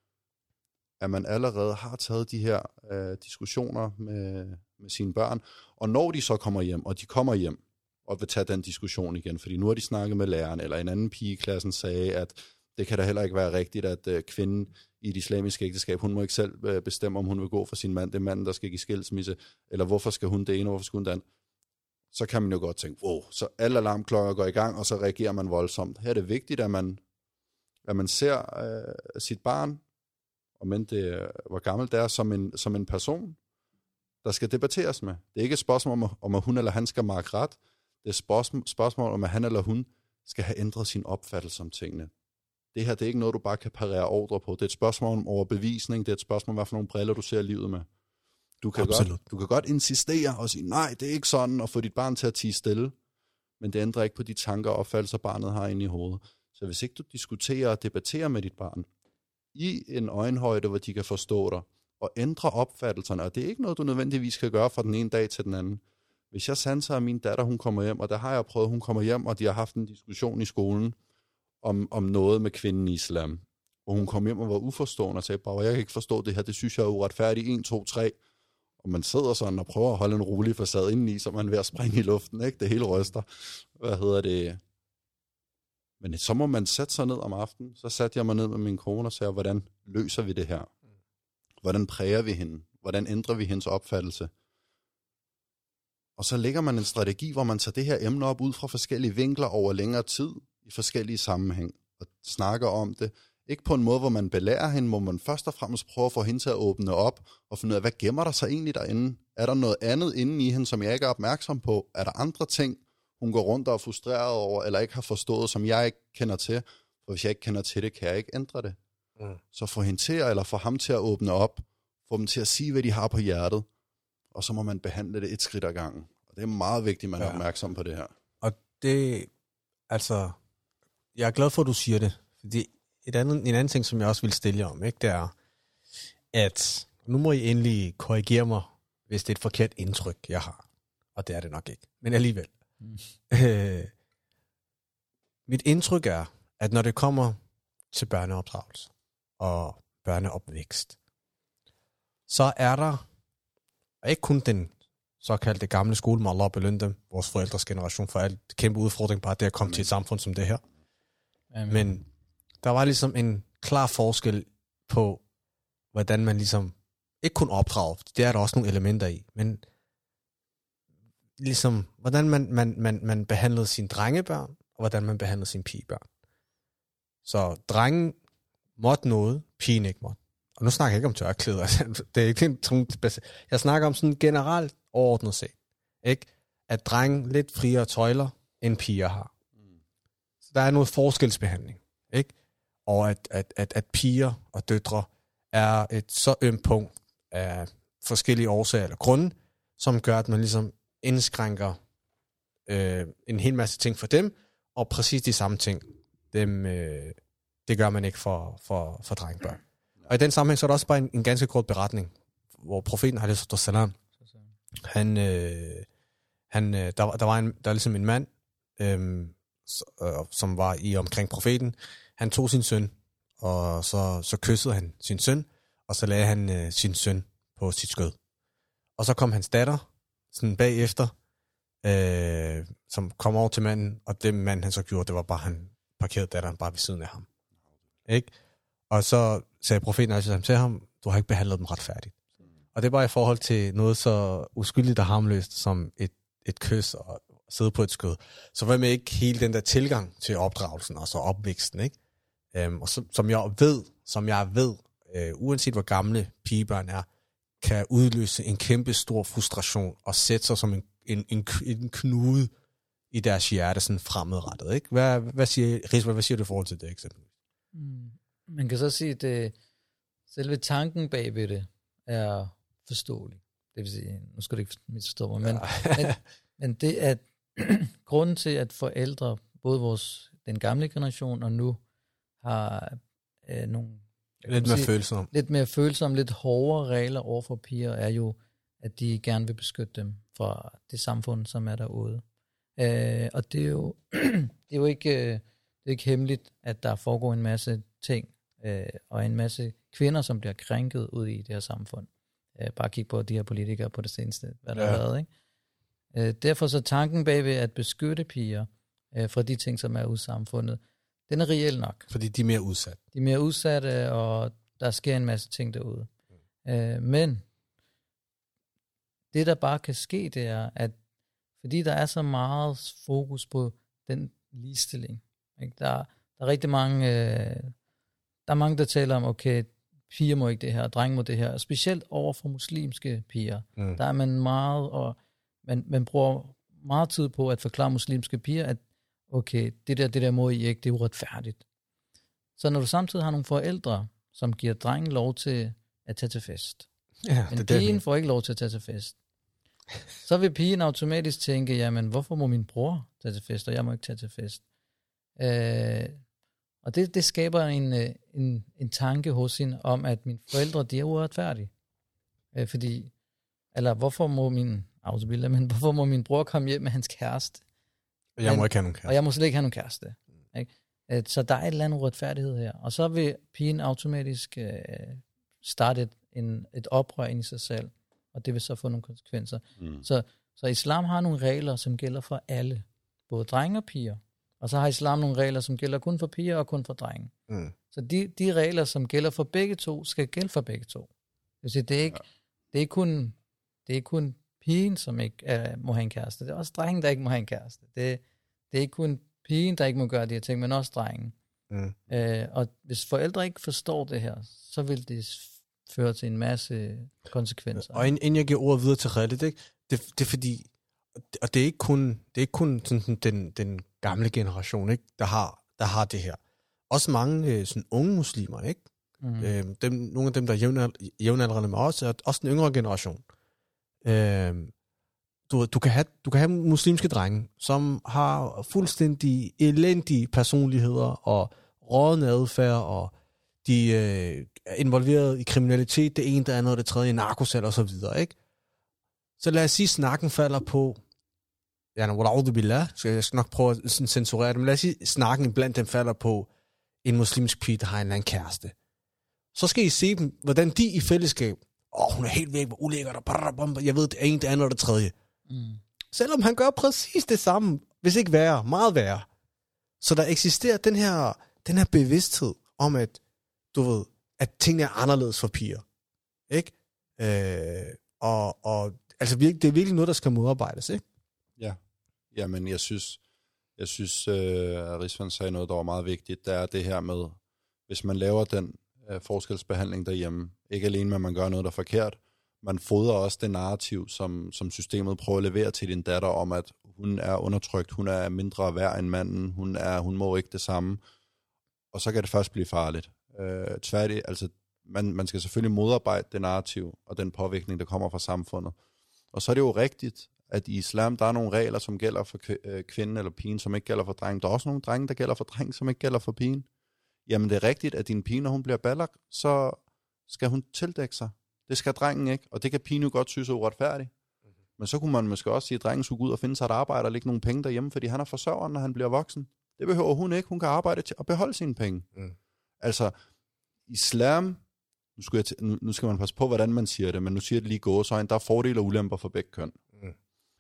S3: At man allerede har taget de her øh, diskussioner med, med sine børn, og når de så kommer hjem, og de kommer hjem, og vil tage den diskussion igen, fordi nu har de snakket med læreren, eller en anden pige i klassen sagde, at det kan da heller ikke være rigtigt, at øh, kvinden i et islamisk ægteskab, hun må ikke selv øh, bestemme, om hun vil gå for sin mand, det er manden, der skal give skilsmisse, eller hvorfor skal hun det ene, og hvorfor skal hun det andet. Så kan man jo godt tænke, wow, så alle alarmklokker går i gang, og så reagerer man voldsomt. Her er det vigtigt, at man, at man ser øh, sit barn, og men det, hvor gammelt det er, som en, som en person, der skal debatteres med. Det er ikke et spørgsmål om, om at hun eller han skal markere ret. Det er et spørgsmål, spørgsmål om, at han eller hun skal have ændret sin opfattelse om tingene. Det her, det er ikke noget, du bare kan parere ordre på. Det er et spørgsmål om overbevisning. Det er et spørgsmål om, hvad for nogle briller, du ser livet med. Du kan, godt, du kan godt insistere og sige, nej, det er ikke sådan, og få dit barn til at tie stille. Men det ændrer ikke på de tanker og opfattelser, barnet har inde i hovedet. Så hvis ikke du diskuterer og debatterer med dit barn, i en øjenhøjde, hvor de kan forstå dig, og ændre opfattelserne, og det er ikke noget, du nødvendigvis skal gøre fra den ene dag til den anden. Hvis jeg sanser, at min datter, hun kommer hjem, og der har jeg prøvet, hun kommer hjem, og de har haft en diskussion i skolen om, om noget med kvinden i islam, og hun kom hjem og var uforstående og sagde, bare, jeg kan ikke forstå det her, det synes jeg er uretfærdigt, en, to, tre, og man sidder sådan og prøver at holde en rolig facade indeni, så man er ved at springe i luften, ikke? Det hele ryster. Hvad hedder det? Men så må man sætte sig ned om aftenen. Så satte jeg mig ned med min kone og sagde, hvordan løser vi det her? Hvordan præger vi hende? Hvordan ændrer vi hendes opfattelse? Og så lægger man en strategi, hvor man tager det her emne op ud fra forskellige vinkler over længere tid, i forskellige sammenhæng, og snakker om det. Ikke på en måde, hvor man belærer hende, hvor man først og fremmest prøver at få hende til at åbne op, og finde ud af, hvad gemmer der sig egentlig derinde? Er der noget andet inde i hende, som jeg ikke er opmærksom på? Er der andre ting, hun går rundt og er frustreret over, eller ikke har forstået, som jeg ikke kender til? For hvis jeg ikke kender til det, kan jeg ikke ændre det. Mm. Så få hende til, eller få ham til at åbne op, få dem til at sige, hvad de har på hjertet, og så må man behandle det et skridt ad gangen. Og det er meget vigtigt, at man ja. er opmærksom på det her.
S1: Og det, altså, jeg er glad for, at du siger det, fordi et andet, en anden ting, som jeg også vil stille jer om, ikke, det er, at nu må I endelig korrigere mig, hvis det er et forkert indtryk, jeg har. Og det er det nok ikke. Men alligevel. Mm. Øh, mit indtryk er, at når det kommer til børneopdragelse og børneopvækst, så er der ikke kun den såkaldte gamle skole, må Allah belønne dem, vores forældres generation, for alt kæmpe udfordring bare det at komme Amen. til et samfund som det her. Amen. Men der var ligesom en klar forskel på, hvordan man ligesom, ikke kun opdrager, det er der også nogle elementer i, men ligesom, hvordan man, man, man, man behandlede sine drengebørn, og hvordan man behandlede sine pigebørn. Så drengen måtte noget, pigen ikke måtte. Og nu snakker jeg ikke om tørklæder, det er ikke en, jeg snakker om sådan generelt overordnet set, ikke? At drengen lidt friere tøjler, end piger har. Så der er noget forskelsbehandling, ikke? Og at, at, at, at piger og døtre er et så ømt punkt af forskellige årsager eller grunde, som gør, at man ligesom indskrænker øh, en hel masse ting for dem, og præcis de samme ting, dem, øh, det gør man ikke for, for, for drengebørn. Og i den sammenhæng, så er der også bare en, en ganske kort beretning, hvor profeten alaihi salam, han, øh, han øh, der, der var en, der var ligesom en mand, øh, som var i omkring profeten. Han tog sin søn, og så, så kyssede han sin søn, og så lagde han øh, sin søn på sit skød. Og så kom hans datter, sådan bagefter, øh, som kom over til manden, og det mand han så gjorde, det var bare, han parkerede datteren bare ved siden af ham. Ikke? Og så sagde profeten altså til ham, du har ikke behandlet dem retfærdigt. Og det er bare i forhold til noget så uskyldigt og harmløst som et, et kys og sidde på et skød. Så hvad med ikke hele den der tilgang til opdragelsen og så opvæksten, ikke? Øhm, og så, som jeg ved, som jeg ved, øh, uanset hvor gamle pigebørn er, kan udløse en kæmpe stor frustration og sætte sig som en, en, en, en knude i deres hjerte sådan fremadrettet, ikke? Hvad, hvad siger Rizwa, hvad siger du i forhold til det eksempel?
S2: Mm. Man kan så sige, at det, selve tanken bagved det er forståelig. Det vil sige, nu skal du ikke misforstå mig, men, ja. men, men det er grunden til, at forældre, både vores, den gamle generation og nu, har øh, nogle
S1: lidt mere følsomme.
S2: Lidt mere følsomme, lidt hårdere regler over for piger, er jo, at de gerne vil beskytte dem fra det samfund, som er derude. Øh, og det er jo, det er jo ikke, det er ikke hemmeligt, at der foregår en masse ting, øh, og en masse kvinder, som bliver krænket ud i det her samfund. Øh, bare kig på de her politikere på det seneste, hvad der ja. har været, ikke? Øh, derfor så tanken bagved at beskytte piger øh, fra de ting, som er ude i samfundet, den er reel nok.
S1: Fordi de er mere udsat.
S2: De er mere udsatte, og der sker en masse ting derude. Mm. Øh, men det, der bare kan ske, det er, at fordi der er så meget fokus på den ligestilling, ikke? Der, der er rigtig mange, øh, der er mange, der taler om, okay, piger må ikke det her, drenge må det her, specielt over for muslimske piger. Mm. Der er man meget, og man, man bruger meget tid på at forklare muslimske piger, at okay, det der, det der må I ikke, det er uretfærdigt. Så når du samtidig har nogle forældre, som giver drengen lov til at tage til fest,
S1: ja,
S2: men pigen får ikke lov til at tage til fest, så vil pigen automatisk tænke, jamen hvorfor må min bror tage til fest, og jeg må ikke tage til fest? Øh, og det, det skaber en, en, en tanke hos hende om, at mine forældre, de er uretfærdige. Øh, fordi, eller hvorfor må min, autobiller, men hvorfor må min bror komme hjem med hans kæreste?
S1: Jeg må ikke have nogen kæreste.
S2: Og jeg må slet ikke have nogen kæreste. Ikke? Øh, så der er et eller andet uretfærdighed her. Og så vil pigen automatisk øh, starte et, en, et oprør ind i sig selv, og det vil så få nogle konsekvenser. Mm. Så, så islam har nogle regler, som gælder for alle, både drenge og piger. Og så har islam nogle regler, som gælder kun for piger og kun for drenge. Mm. Så de, de regler, som gælder for begge to, skal gælde for begge to. Det er ikke, ja. det er ikke kun, det er ikke kun pigen, som ikke uh, må have en kæreste. Det er også drengen, der ikke må have en kæreste. Det, det er ikke kun pigen, der ikke må gøre de her ting, men også drengen. Mm. Uh, og hvis forældre ikke forstår det her, så vil det føre til en masse konsekvenser.
S1: Og inden jeg giver ordet videre til Khaled, ikke? Det, det er fordi, og det er ikke kun, det er ikke kun sådan, den, den gamle generation, ikke? Der, har, der har det her. Også mange sådan, unge muslimer, ikke? Mm. Øh, dem, nogle af dem, der er jævnaldrende med os, er også den yngre generation. Øh, du, du, kan have, du kan have muslimske drenge, som har fuldstændig elendige personligheder og rådende adfærd, og de øh, er involveret i kriminalitet, det ene, det andet og det tredje, narkosal og så videre, ikke? Så lad os sige, at snakken falder på, ja, wallahu billah, så jeg skal nok prøve at censurere det, men lad os sige, at snakken blandt dem falder på en muslimsk pige, der har en eller anden kæreste. Så skal I se dem, hvordan de i fællesskab, åh, oh, hun er helt væk, hvor ulækkert, og jeg ved, det er en, det andet og det tredje. Mm. Selvom han gør præcis det samme, hvis ikke værre, meget værre. Så der eksisterer den her, den her bevidsthed om, at, du ved, at tingene er anderledes for piger. Ikke? Øh, og, og altså, det er virkelig noget, der skal modarbejdes, ikke?
S3: Ja, jamen jeg synes, jeg synes, øh, at Rizwan sagde noget, der var meget vigtigt. Det er det her med, hvis man laver den øh, forskelsbehandling derhjemme, ikke alene med, at man gør noget, der er forkert, man fodrer også det narrativ, som, som systemet prøver at levere til din datter, om at hun er undertrykt, hun er mindre værd end manden, hun, er, hun må ikke det samme, og så kan det først blive farligt. Øh, tværtigt, altså, man, man skal selvfølgelig modarbejde det narrativ, og den påvirkning, der kommer fra samfundet. Og så er det jo rigtigt, at i islam, der er nogle regler, som gælder for kvinden eller pigen, som ikke gælder for drengen. Der er også nogle drenge, der gælder for drengen, som ikke gælder for pigen. Jamen, det er rigtigt, at din pige, når hun bliver balak, så skal hun tildække sig. Det skal drengen ikke, og det kan pigen jo godt synes er uretfærdigt. Mm-hmm. Men så kunne man måske også sige, at drengen skulle gå ud og finde sig et arbejde og lægge nogle penge derhjemme, fordi han er forsørger, når han bliver voksen. Det behøver hun ikke. Hun kan arbejde til at beholde sine penge. Mm. Altså, islam, nu skal, jeg t- nu skal man passe på, hvordan man siger det, men nu siger det lige gåsøjne, der er fordele og ulemper for begge køn. Mm.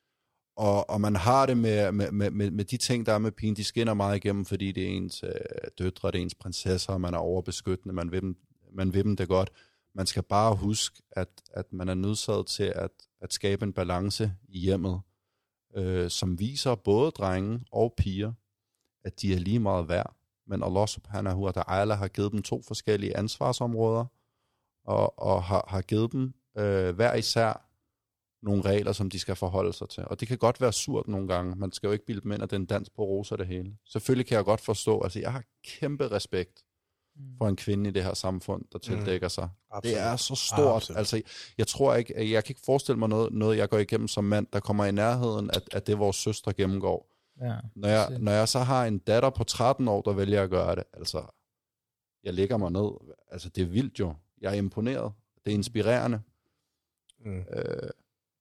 S3: Og, og man har det med, med, med, med de ting, der er med pigen, de skinner meget igennem, fordi det er ens øh, døtre, det er ens prinsesser, man er overbeskyttende, man vil dem, man vil dem det godt. Man skal bare huske, at, at man er nødsaget til at, at skabe en balance i hjemmet, øh, som viser både drenge og piger, at de er lige meget værd. Men Allah subhanahu wa ta'ala har givet dem to forskellige ansvarsområder, og, og har, har givet dem øh, hver især nogle regler, som de skal forholde sig til. Og det kan godt være surt nogle gange. Man skal jo ikke bilde dem ind, at det er en dans på roser det hele. Selvfølgelig kan jeg godt forstå, altså jeg har kæmpe respekt for en kvinde i det her samfund, der tildækker sig. Mm. Det er så stort. Ja, altså, jeg tror ikke, jeg kan ikke forestille mig noget, noget, jeg går igennem som mand, der kommer i nærheden, at, at det vores søstre gennemgår. Ja, når, jeg, når jeg så har en datter på tretten år, der vælger at gøre det, altså, jeg lægger mig ned. Altså, det er vildt jo. Jeg er imponeret. Det er inspirerende. Mm. Øh,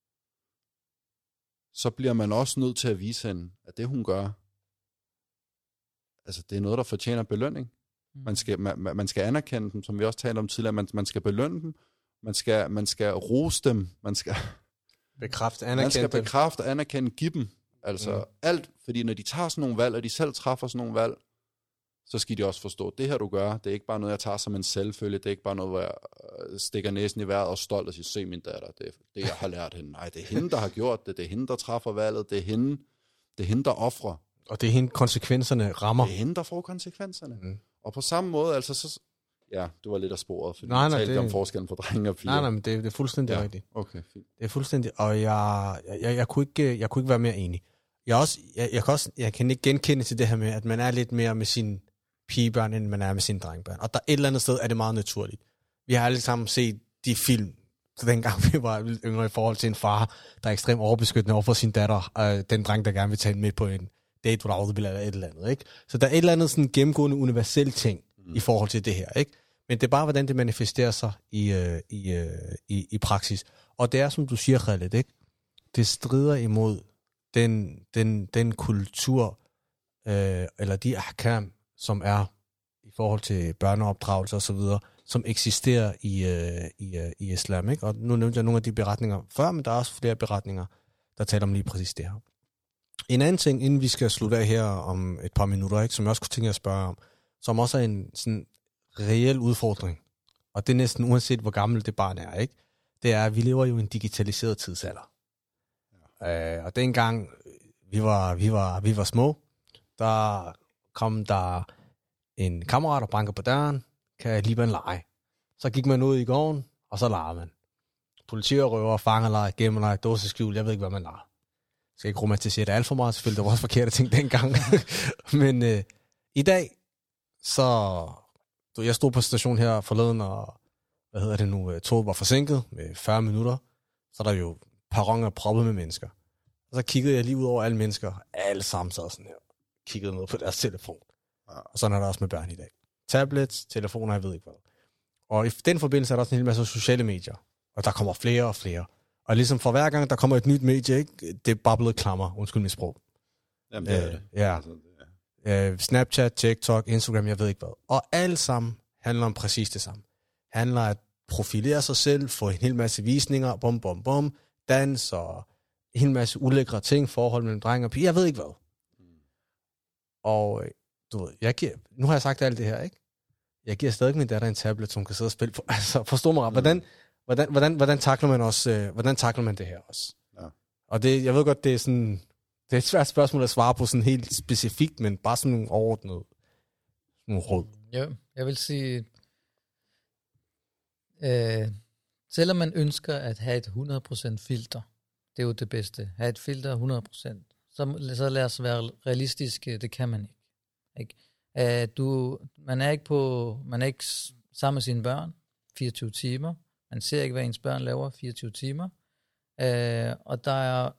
S3: så bliver man også nødt til at vise hende, at det hun gør, altså det er noget, der fortjener belønning. Mm. Man, skal, man, man skal anerkende dem, som vi også talte om tidligere. Man, man skal belønne dem. Man skal, man skal rose dem. Man skal
S1: bekræfte, anerkende
S3: Man skal bekræfte, anerkende, give dem. Altså mm. alt, fordi når de tager sådan nogle valg, og de selv træffer sådan nogle valg, så skal de også forstå, det her du gør, det er ikke bare noget, jeg tager som en selvfølge, det er ikke bare noget, hvor jeg stikker næsen i vejret og stolt og siger, se min datter, det er det, jeg har lært hende. Nej, det er hende, der har gjort det, det er hende, der træffer valget, det er hende, det er hende, der offrer.
S1: Og det er hende, konsekvenserne rammer.
S3: Det er hende, der får konsekvenserne. Mm. Og på samme måde, altså så... Ja, du var lidt af sporet, fordi
S1: nej,
S3: vi
S1: nej,
S3: talte
S1: det...
S3: om forskellen på drenge og piger.
S1: Nej, nej, men det, det er fuldstændig ja. rigtigt.
S3: Okay, fint.
S1: Det er fuldstændig, og jeg, jeg, jeg, jeg, kunne ikke, jeg kunne ikke være mere enig. Jeg, også, jeg, jeg, kan også, jeg kan ikke genkende til det her med, at man er lidt mere med sine pigebørn, end man er med sine drengebørn. Og der et eller andet sted er det meget naturligt. Vi har alle sammen set de film, dengang vi var yngre i forhold til en far, der er ekstremt overbeskyttende over for sin datter, øh, den dreng, der gerne vil tage med på en date, hvor der eller et eller andet, ikke? Så der er et eller andet sådan gennemgående universel ting mm. i forhold til det her, ikke? Men det er bare, hvordan det manifesterer sig i, øh, i, øh, i, i praksis. Og det er, som du siger, Khaled, ikke? Det strider imod den, den, den kultur, øh, eller de ahkam, som er i forhold til børneopdragelse og så videre, som eksisterer i, øh, i, øh, i islam, ikke? Og nu nævnte jeg nogle af de beretninger før, men der er også flere beretninger, der taler om lige præcis det her. En anden ting, inden vi skal slutte af her om et par minutter, ikke, som jeg også kunne tænke jer at spørge om, som også er en sådan reel udfordring, og det er næsten uanset, hvor gammel det barn er, ikke? Det er, at vi lever jo i en digitaliseret tidsalder. Ja. Øh, og dengang vi var, vi, var, vi var små, der kom der en kammerat og banker på døren, kan jeg lige være en lege. Så gik man ud i gården, og så legede man. Politirøver, fangerleje, gemmerleje, dåseskjul, jeg ved ikke, hvad man leger. Jeg skal ikke romantisere det alt for meget, selvfølgelig, der var også forkerte ting dengang. Men øh, i dag, så... Du, jeg stod på station her forleden, og hvad hedder det nu, toget var forsinket med fyrre minutter. Så er der jo perroner proppet med mennesker. Og så kiggede jeg lige ud over alle mennesker. Alle sammen sad sådan her. Kiggede ned på deres telefon. Og sådan er der også med børn i dag. Tablets, telefoner, jeg ved ikke hvad. Og i den forbindelse er der også en hel masse sociale medier. Og der kommer flere og flere. Og ligesom for hver gang, der kommer et nyt medie, ikke? Det er bare blevet klammer. Undskyld mit sprog.
S3: Jamen, det er det.
S1: Ja.
S3: Altså, det er.
S1: Uh, Snapchat, TikTok, Instagram, jeg ved ikke hvad. Og alt sammen handler om præcis det samme. Handler at profilere sig selv, få en hel masse visninger, bum, bum, bum, dans og en hel masse ulækre ting, forhold mellem drenge og piger, jeg ved ikke hvad. Mm. Og du ved, jeg giver, nu har jeg sagt alt det her, ikke? Jeg giver stadig min datter en tablet, som kan sidde og spille på. Altså, forstå mig, mm. hvordan, hvordan, hvordan, hvordan takler man også, øh, hvordan takler man det her også? Ja. Og det, jeg ved godt, det er sådan, det er et svært spørgsmål at svare på sådan helt specifikt, men bare sådan nogle overordnede, nogle råd.
S2: Ja, jeg vil sige, øh, selvom man ønsker at have et hundrede procent filter, det er jo det bedste, have et filter hundrede procent, så, så lad os være realistiske, det kan man ikke. ikke? Uh, du, man er ikke på, man er ikke sammen med sine børn fireogtyve timer, man ser ikke, hvad ens børn laver fireogtyve timer, uh, og der er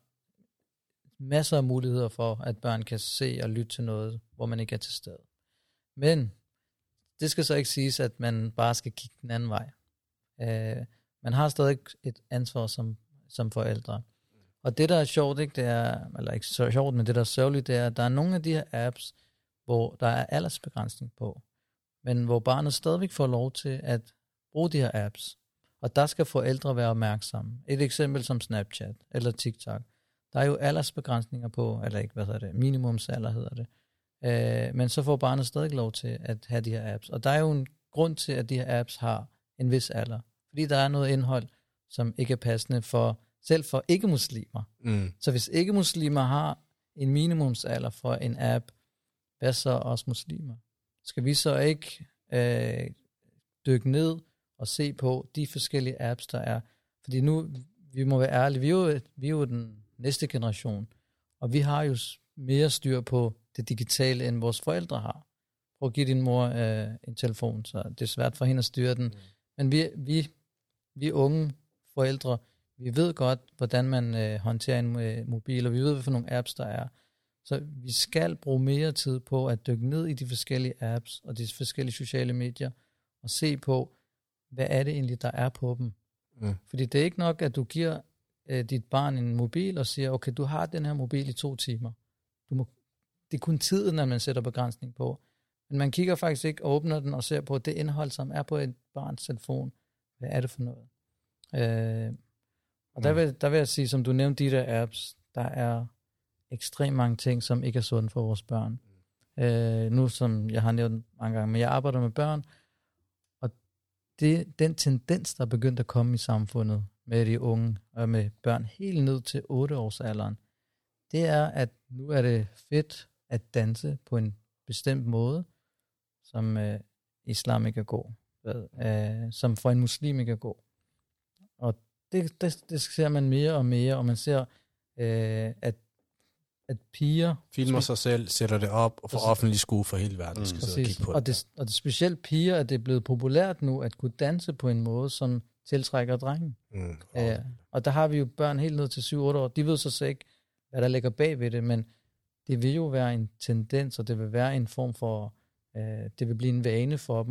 S2: masser af muligheder for, at børn kan se og lytte til noget, hvor man ikke er til stede. Men det skal så ikke siges, at man bare skal kigge den anden vej. Uh, man har stadig et ansvar som, som forældre. Og det, der er sjovt, ikke, det er, eller ikke så sjovt, men det, der er sørgeligt, det er, at der er nogle af de her apps, hvor der er aldersbegrænsning på, men hvor barnet stadigvæk får lov til at bruge de her apps. Og der skal forældre være opmærksomme. Et eksempel som Snapchat eller TikTok. Der er jo aldersbegrænsninger på, eller ikke, hvad hedder det, minimumsalder hedder det. Øh, men så får barnet stadig lov til at have de her apps. Og der er jo en grund til, at de her apps har en vis alder. Fordi der er noget indhold, som ikke er passende for, selv for ikke-muslimer. Mm. Så hvis ikke-muslimer har en minimumsalder for en app, hvad så os muslimer? Skal vi så ikke øh, dykke ned og se på de forskellige apps, der er? Fordi nu, vi må være ærlige, vi er jo, vi er jo den næste generation, og vi har jo mere styr på det digitale, end vores forældre har. Prøv at give din mor øh, en telefon, så det er svært for hende at styre den. Mm. Men vi, vi, vi unge forældre, vi ved godt, hvordan man øh, håndterer en øh, mobil, og vi ved, hvad for nogle apps der er. Så vi skal bruge mere tid på at dykke ned i de forskellige apps og de forskellige sociale medier og se på, hvad er det egentlig, der er på dem. Mm. Fordi det er ikke nok, at du giver øh, dit barn en mobil og siger, okay, du har den her mobil i to timer. Du må, det er kun tiden, at man sætter begrænsning på. Men man kigger faktisk ikke, åbner den og ser på det indhold, som er på et barns telefon. Hvad er det for noget? Øh, og der vil, der vil jeg sige, som du nævnte, de der apps, der er ekstremt mange ting, som ikke er sundt for vores børn. Mm. Øh, nu, som jeg har nævnt mange gange, men jeg arbejder med børn, og det, den tendens, der er begyndt at komme i samfundet med de unge og med børn helt ned til otte års alderen, det er, at nu er det fedt at danse på en bestemt måde, som øh, islam ikke er god, øh, som for en muslim ikke er god. Og det, det, det ser man mere og mere, og man ser, øh, at at piger
S1: filmer sig selv, sætter det op og får offentlig skue for hele verden. Mm. Skal sidde og kigge på
S2: og det. Og det er specielt piger, at det er blevet populært nu at kunne danse på en måde, som tiltrækker drenge. Mm. Uh, og der har vi jo børn helt ned til syv otte år. De ved så ikke, hvad der ligger bag ved det, men det vil jo være en tendens, og det vil være en form for, uh, det vil blive en vane for dem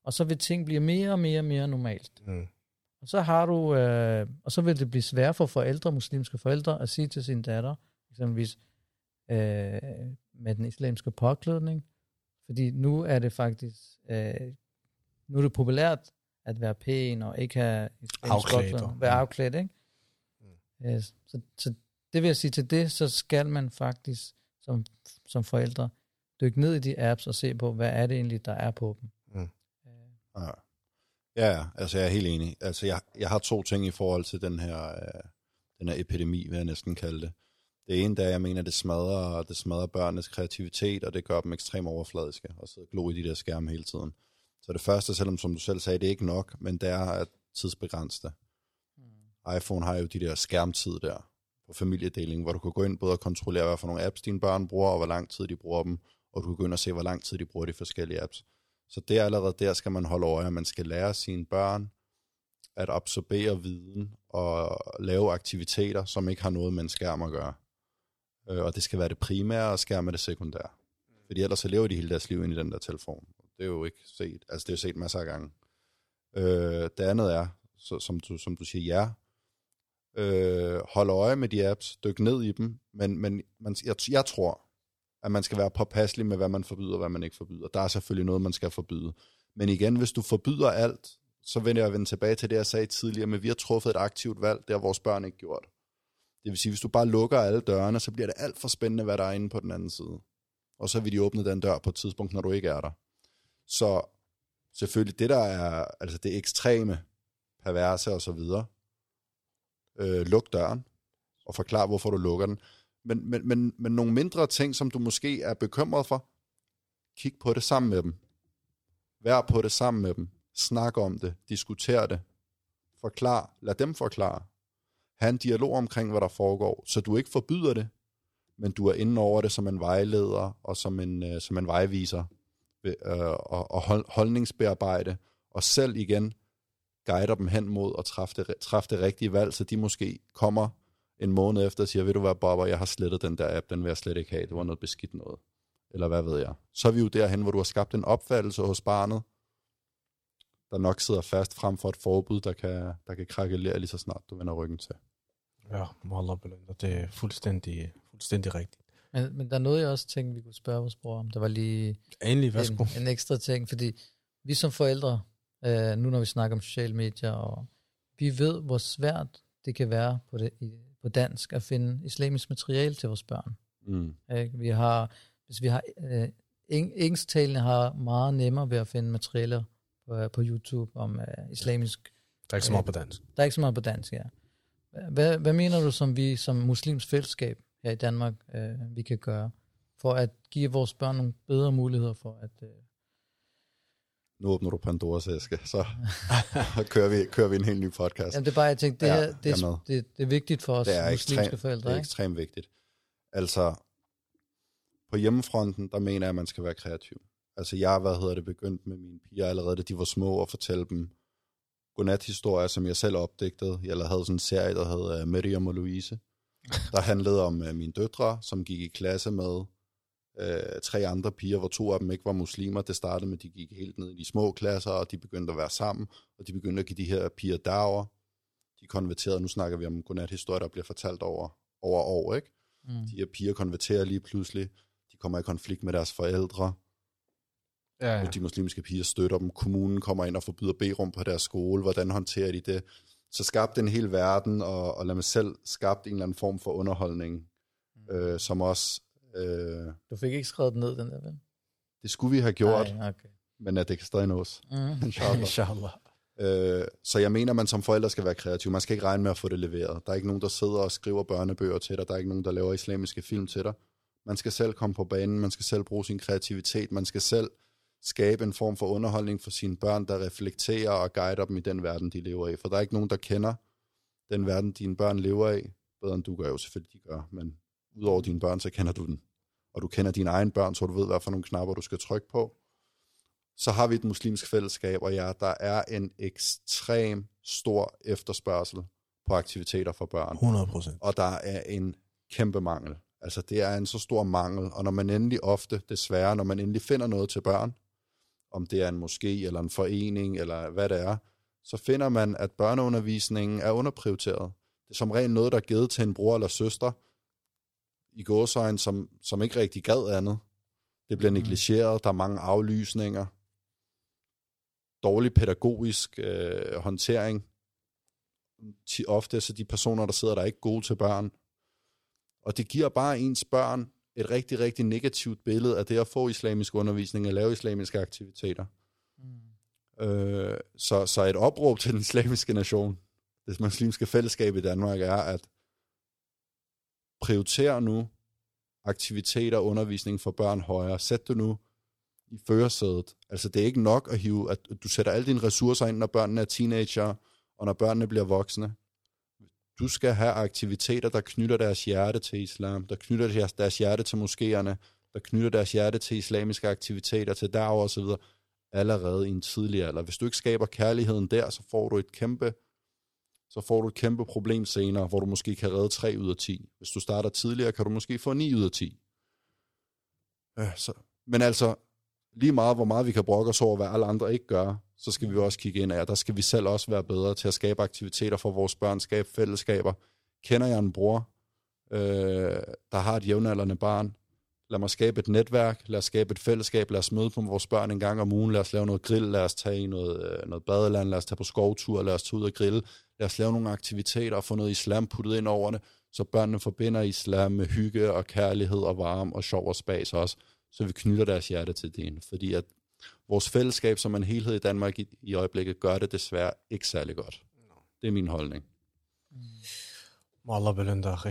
S2: og så vil ting blive mere og mere og mere normalt.
S1: Mm.
S2: Og så har du, øh, og så vil det blive svært for forældre, muslimske forældre, at sige til sin datter, eksempelvis øh, med den islamiske påklædning, fordi nu er det faktisk, øh, nu er det populært at være pæn og ikke have
S1: afklædt,
S2: være afklædt, ikke? Mm. Øh, så, så det vil jeg sige, til det, så skal man faktisk som, som forældre dykke ned i de apps og se på, hvad er det egentlig, der er på dem.
S3: Mm. Ja. Ja, altså jeg er helt enig. Altså jeg, jeg har to ting i forhold til den her, øh, den her epidemi, vil jeg næsten kalde det. Det ene, der jeg mener, det smadrer, det smadrer børnenes kreativitet, og det gør dem ekstremt overfladiske, og sidde og glo i de der skærme hele tiden. Så det første, selvom som du selv sagde, det er ikke nok, men det er at tidsbegrænse det. Mm. iPhone har jo de der skærmtid der på familiedeling, hvor du kan gå ind både og kontrollere, hvad for nogle apps dine børn bruger, og hvor lang tid de bruger dem, og du kan gå ind og se, hvor lang tid de bruger de forskellige apps. Så det er allerede der, skal man holde øje, at man skal lære sine børn at absorbere viden og lave aktiviteter, som ikke har noget med en skærm at gøre. Og det skal være det primære, og skærm er det sekundære. Fordi ellers så lever de hele deres liv ind i den der telefon. Det er jo ikke set, altså det er jo set masser af gange. Øh, det andet er, så, som, du, som du siger, ja, øh, hold øje med de apps, dyk ned i dem, men, men man, jeg, jeg tror, at man skal være påpasselig med, hvad man forbyder, og hvad man ikke forbyder. Der er selvfølgelig noget, man skal forbyde. Men igen, hvis du forbyder alt, så vender jeg vende tilbage til det, jeg sagde tidligere, men vi har truffet et aktivt valg, det har vores børn ikke gjort. Det vil sige, hvis du bare lukker alle dørene, så bliver det alt for spændende, hvad der er inde på den anden side. Og så vil de åbne den dør på et tidspunkt, når du ikke er der. Så selvfølgelig det, der er altså det ekstreme, perverse og så videre, øh, luk døren og forklar, hvorfor du lukker den. Men, men, men, men nogle mindre ting, som du måske er bekymret for, kig på det sammen med dem. Vær på det sammen med dem. Snak om det. Diskuter det. Forklar. Lad dem forklare. Ha' en dialog omkring, hvad der foregår, så du ikke forbyder det, men du er inde over det som en vejleder og som en, uh, som en vejviser uh, og, og hold, holdningsbearbejde, og selv igen guider dem hen mod at træffe det, træffe det rigtige valg, så de måske kommer en måned efter og siger, ved du hvad, Bob, jeg har slettet den der app, den vil jeg slet ikke have, det var noget beskidt noget, eller hvad ved jeg. Så er vi jo derhen, hvor du har skabt en opfattelse hos barnet, der nok sidder fast frem for et forbud, der kan, der kan krakelere lige så snart du vender ryggen til.
S1: Ja, Wallah Belinda, det er fuldstændig, fuldstændig rigtigt.
S2: Men, men der er noget, jeg også tænkte, vi kunne spørge vores bror om. Der var lige
S1: Endelig,
S2: en, en ekstra ting, fordi vi som forældre, øh, nu når vi snakker om sociale medier, og vi ved, hvor svært det kan være på, det, i, på dansk at finde islamisk materiale til vores børn. Mm. Øh, vi har, hvis vi har, øh, eng, engelsktalende har meget nemmere ved at finde materialer på, på YouTube om øh, islamisk.
S1: Der er ikke så meget på dansk.
S2: Der er ikke så meget på dansk, ja. Hvad, hvad mener du, som vi som muslims fællesskab her i Danmark, øh, vi kan gøre, for at give vores børn nogle bedre muligheder for at... Øh...
S3: Nu åbner du Pandoras æske, så kører, vi, kører vi en helt ny podcast.
S2: Jamen det er bare, jeg tænkte, det, ja, her, det, er, det, det er vigtigt for os
S3: det
S2: muslimske
S3: ekstrem,
S2: forældre,
S3: det er
S2: ikke?
S3: ekstremt vigtigt. Altså, på hjemmefronten, der mener jeg, at man skal være kreativ. Altså, jeg, hvad hedder det, begyndt med mine piger allerede, da de var små, og fortælle dem godnathistorier, som jeg selv opdigtede. Jeg havde sådan en serie, der hed uh, Miriam og Louise, der handlede om uh, mine døtre, som gik i klasse med uh, tre andre piger, hvor to af dem ikke var muslimer. Det startede med, at de gik helt ned i de små klasser, og de begyndte at være sammen, og de begyndte at give de her piger dager. De konverterede, nu snakker vi om godnathistorier, der bliver fortalt over, over år, ikke? Mm. De her piger konverterer lige pludselig, de kommer i konflikt med deres forældre. Ja, ja. De muslimske piger støtter dem. Kommunen kommer ind og forbyder bederum på deres skole. Hvordan håndterer de det? Så skabte en hel verden, og, og lad mig selv skabte en eller anden form for underholdning, mm. øh, som også... Øh,
S2: du fik ikke skrevet ned, den der, vel?
S3: Det skulle vi have gjort,
S2: Ej, okay.
S3: men at det kan stadig nås.
S2: Mm.
S3: Inshallah.
S1: Inshallah.
S3: Øh, så jeg mener, at man som forældre skal være kreativ. Man skal ikke regne med at få det leveret. Der er ikke nogen, der sidder og skriver børnebøger til dig. Der er ikke nogen, der laver islamiske film til dig. Man skal selv komme på banen. Man skal selv bruge sin kreativitet. Man skal selv skabe en form for underholdning for sine børn, der reflekterer og guider dem i den verden, de lever i. For der er ikke nogen, der kender den verden, dine børn lever i. Bedre end du gør, jo selvfølgelig de gør. Men udover dine børn, så kender du den. Og du kender dine egne børn, så du ved, hvad for nogle knapper, du skal trykke på. Så har vi et muslimsk fællesskab, og ja, der er en ekstrem stor efterspørgsel på aktiviteter for børn.
S1: hundrede procent.
S3: Og der er en kæmpe mangel. Altså, det er en så stor mangel. Og når man endelig ofte, desværre, når man endelig finder noget til børn, om det er en moské eller en forening, eller hvad det er, så finder man, at børneundervisningen er underprioriteret. Det er som regel noget, der er givet til en bror eller søster i gåseøjne, som, som ikke rigtig gad andet. Det bliver negligeret, der er mange aflysninger, dårlig pædagogisk øh, håndtering. Ofte så de personer, der sidder der, er ikke gode til børn. Og det giver bare ens børn et rigtig, rigtig negativt billede af det at få islamisk undervisning og lave islamiske aktiviteter. Mm. Øh, så, så et opråb til den islamiske nation, det muslimske fællesskab i Danmark, er at prioritere nu aktiviteter og undervisning for børn højere. Sæt det nu i førersædet. Altså det er ikke nok at hive, at du sætter alle dine ressourcer ind, når børnene er teenager, og når børnene bliver voksne. Du skal have aktiviteter, der knytter deres hjerte til islam, der knytter deres, deres hjerte til moskéerne, der knytter deres hjerte til islamiske aktiviteter, til da'wah og så videre, allerede i en tidlig alder. Hvis du ikke skaber kærligheden der, så får du et kæmpe, så får du et kæmpe problem senere, hvor du måske kan redde tre ud af ti. Hvis du starter tidligere, kan du måske få ni ud af ti. Øh, så. Men altså, lige meget, hvor meget vi kan brokke os over, hvad alle andre ikke gør, så skal vi også kigge ind af, der skal vi selv også være bedre til at skabe aktiviteter for vores børn, skabe fællesskaber. Kender jeg en bror, øh, der har et jævnaldrende barn? Lad mig skabe et netværk, lad os skabe et fællesskab, lad os møde på vores børn en gang om ugen, lad os lave noget grill, lad os tage i noget, noget badeland, lad os tage på skovtur, lad os tage ud og grille, lad os lave nogle aktiviteter og få noget islam puttet ind over det, så børnene forbinder islam med hygge og kærlighed og varme og sjov og spas også, så vi knytter deres hjerte til det. Fordi at vores fællesskab som en helhed i Danmark i, i øjeblikket gør det desværre ikke særlig godt. Det er min holdning.
S1: Wallah belønne, akhi.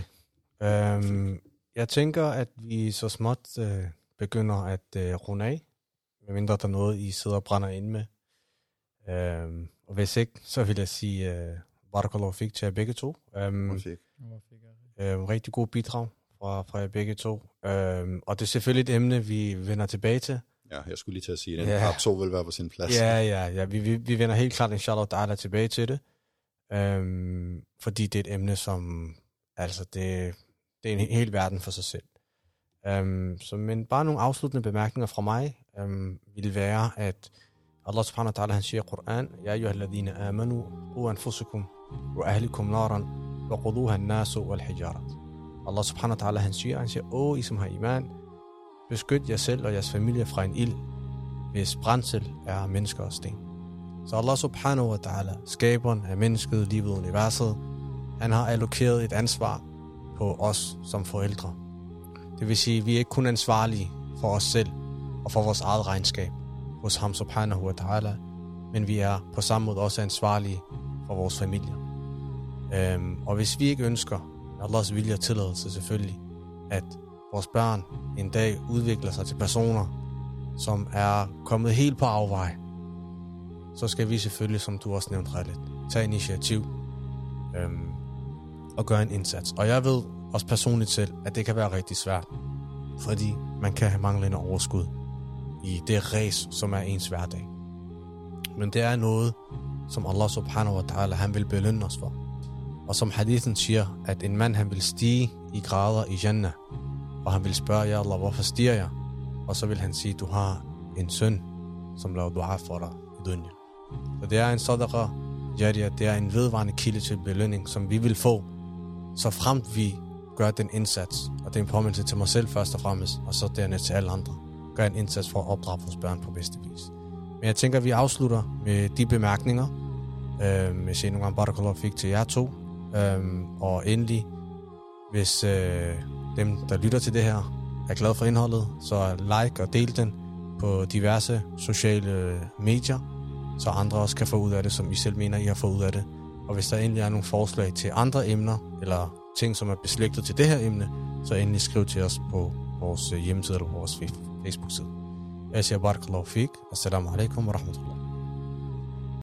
S1: Øhm, jeg tænker, at vi så småt øh, begynder at øh, runde af, medmindre der er noget, I sidder og brænder ind med. Øhm, og hvis ikke, så vil jeg sige øh, barakallahu fik til jer begge to. Øhm, øhm, rigtig god bidrag fra, fra jer begge to. Øhm, og det er selvfølgelig et emne, vi vender tilbage til.
S3: Ja, jeg skulle lige til at sige, at en part to vil være på sin plads.
S1: Ja, ja, ja. Vi, vi, vi vender helt klart, inshallah, der er tilbage til det. Øhm, fordi det er et emne, som, altså, det, det er en hel verden for sig selv. Øhm, så, men bare nogle afsluttende bemærkninger fra mig, øhm, vil være, at Allah subhanahu wa ta'ala, han siger i Koran, Ja ayyuhalladhina amanu, qu anfusakum, wa ahlikum naran, wa quduha an-nasu wal hijarat. Allah subhanahu wa ta'ala, han siger, han siger, Åh, I som har iman, beskyt jer selv og jeres familie fra en ild, hvis brændsel er mennesker og sten. Så Allah subhanahu wa ta'ala, skaberen af mennesket, livet og universet, han har allokeret et ansvar på os som forældre. Det vil sige, at vi er ikke kun ansvarlige for os selv og for vores eget regnskab hos ham subhanahu wa ta'ala, men vi er på samme måde også ansvarlige for vores familier. Øhm, og hvis vi ikke ønsker, Allahs vilje og tilladelse selvfølgelig, at vores børn en dag udvikler sig til personer, som er kommet helt på afvej, så skal vi selvfølgelig, som du også nævnte ret lidt, tage initiativ øhm, og gøre en indsats. Og jeg ved også personligt selv, at det kan være rigtig svært, fordi man kan have manglende overskud i det ræs, som er ens hverdag. Men det er noget, som Allah subhanahu wa ta'ala, han vil belønne os for. Og som hadithen siger, at en mand, han vil stige i grader i Jannah, og han vil spørge, ja Allah, hvorfor stiger jeg? Og så vil han sige, du har en søn, som laver dua for dig i dunya. Så det er en sadaqa jariyah, det er en vedvarende kilde til belønning, som vi vil få, så fremt vi gør den indsats. Og det er en påmindelse til mig selv først og fremmest, og så dernæst til alle andre. Gør en indsats for at opdrage vores børn på bedste vis. Men jeg tænker, at vi afslutter med de bemærkninger. Øhm, jeg siger nogle gange, barakallahu fik til jer to. Øhm, og endelig, hvis øh, dem, der lytter til det her, er glade for indholdet, så like og del den på diverse sociale medier, så andre også kan få ud af det, som I selv mener, I har fået ud af det. Og hvis der endelig er nogle forslag til andre emner, eller ting, som er beslægtet til det her emne, så endelig skriv til os på vores hjemmeside eller på vores Facebook-side. Jeg siger barakallahu fik. Assalamu alaikum wa rahmatullah.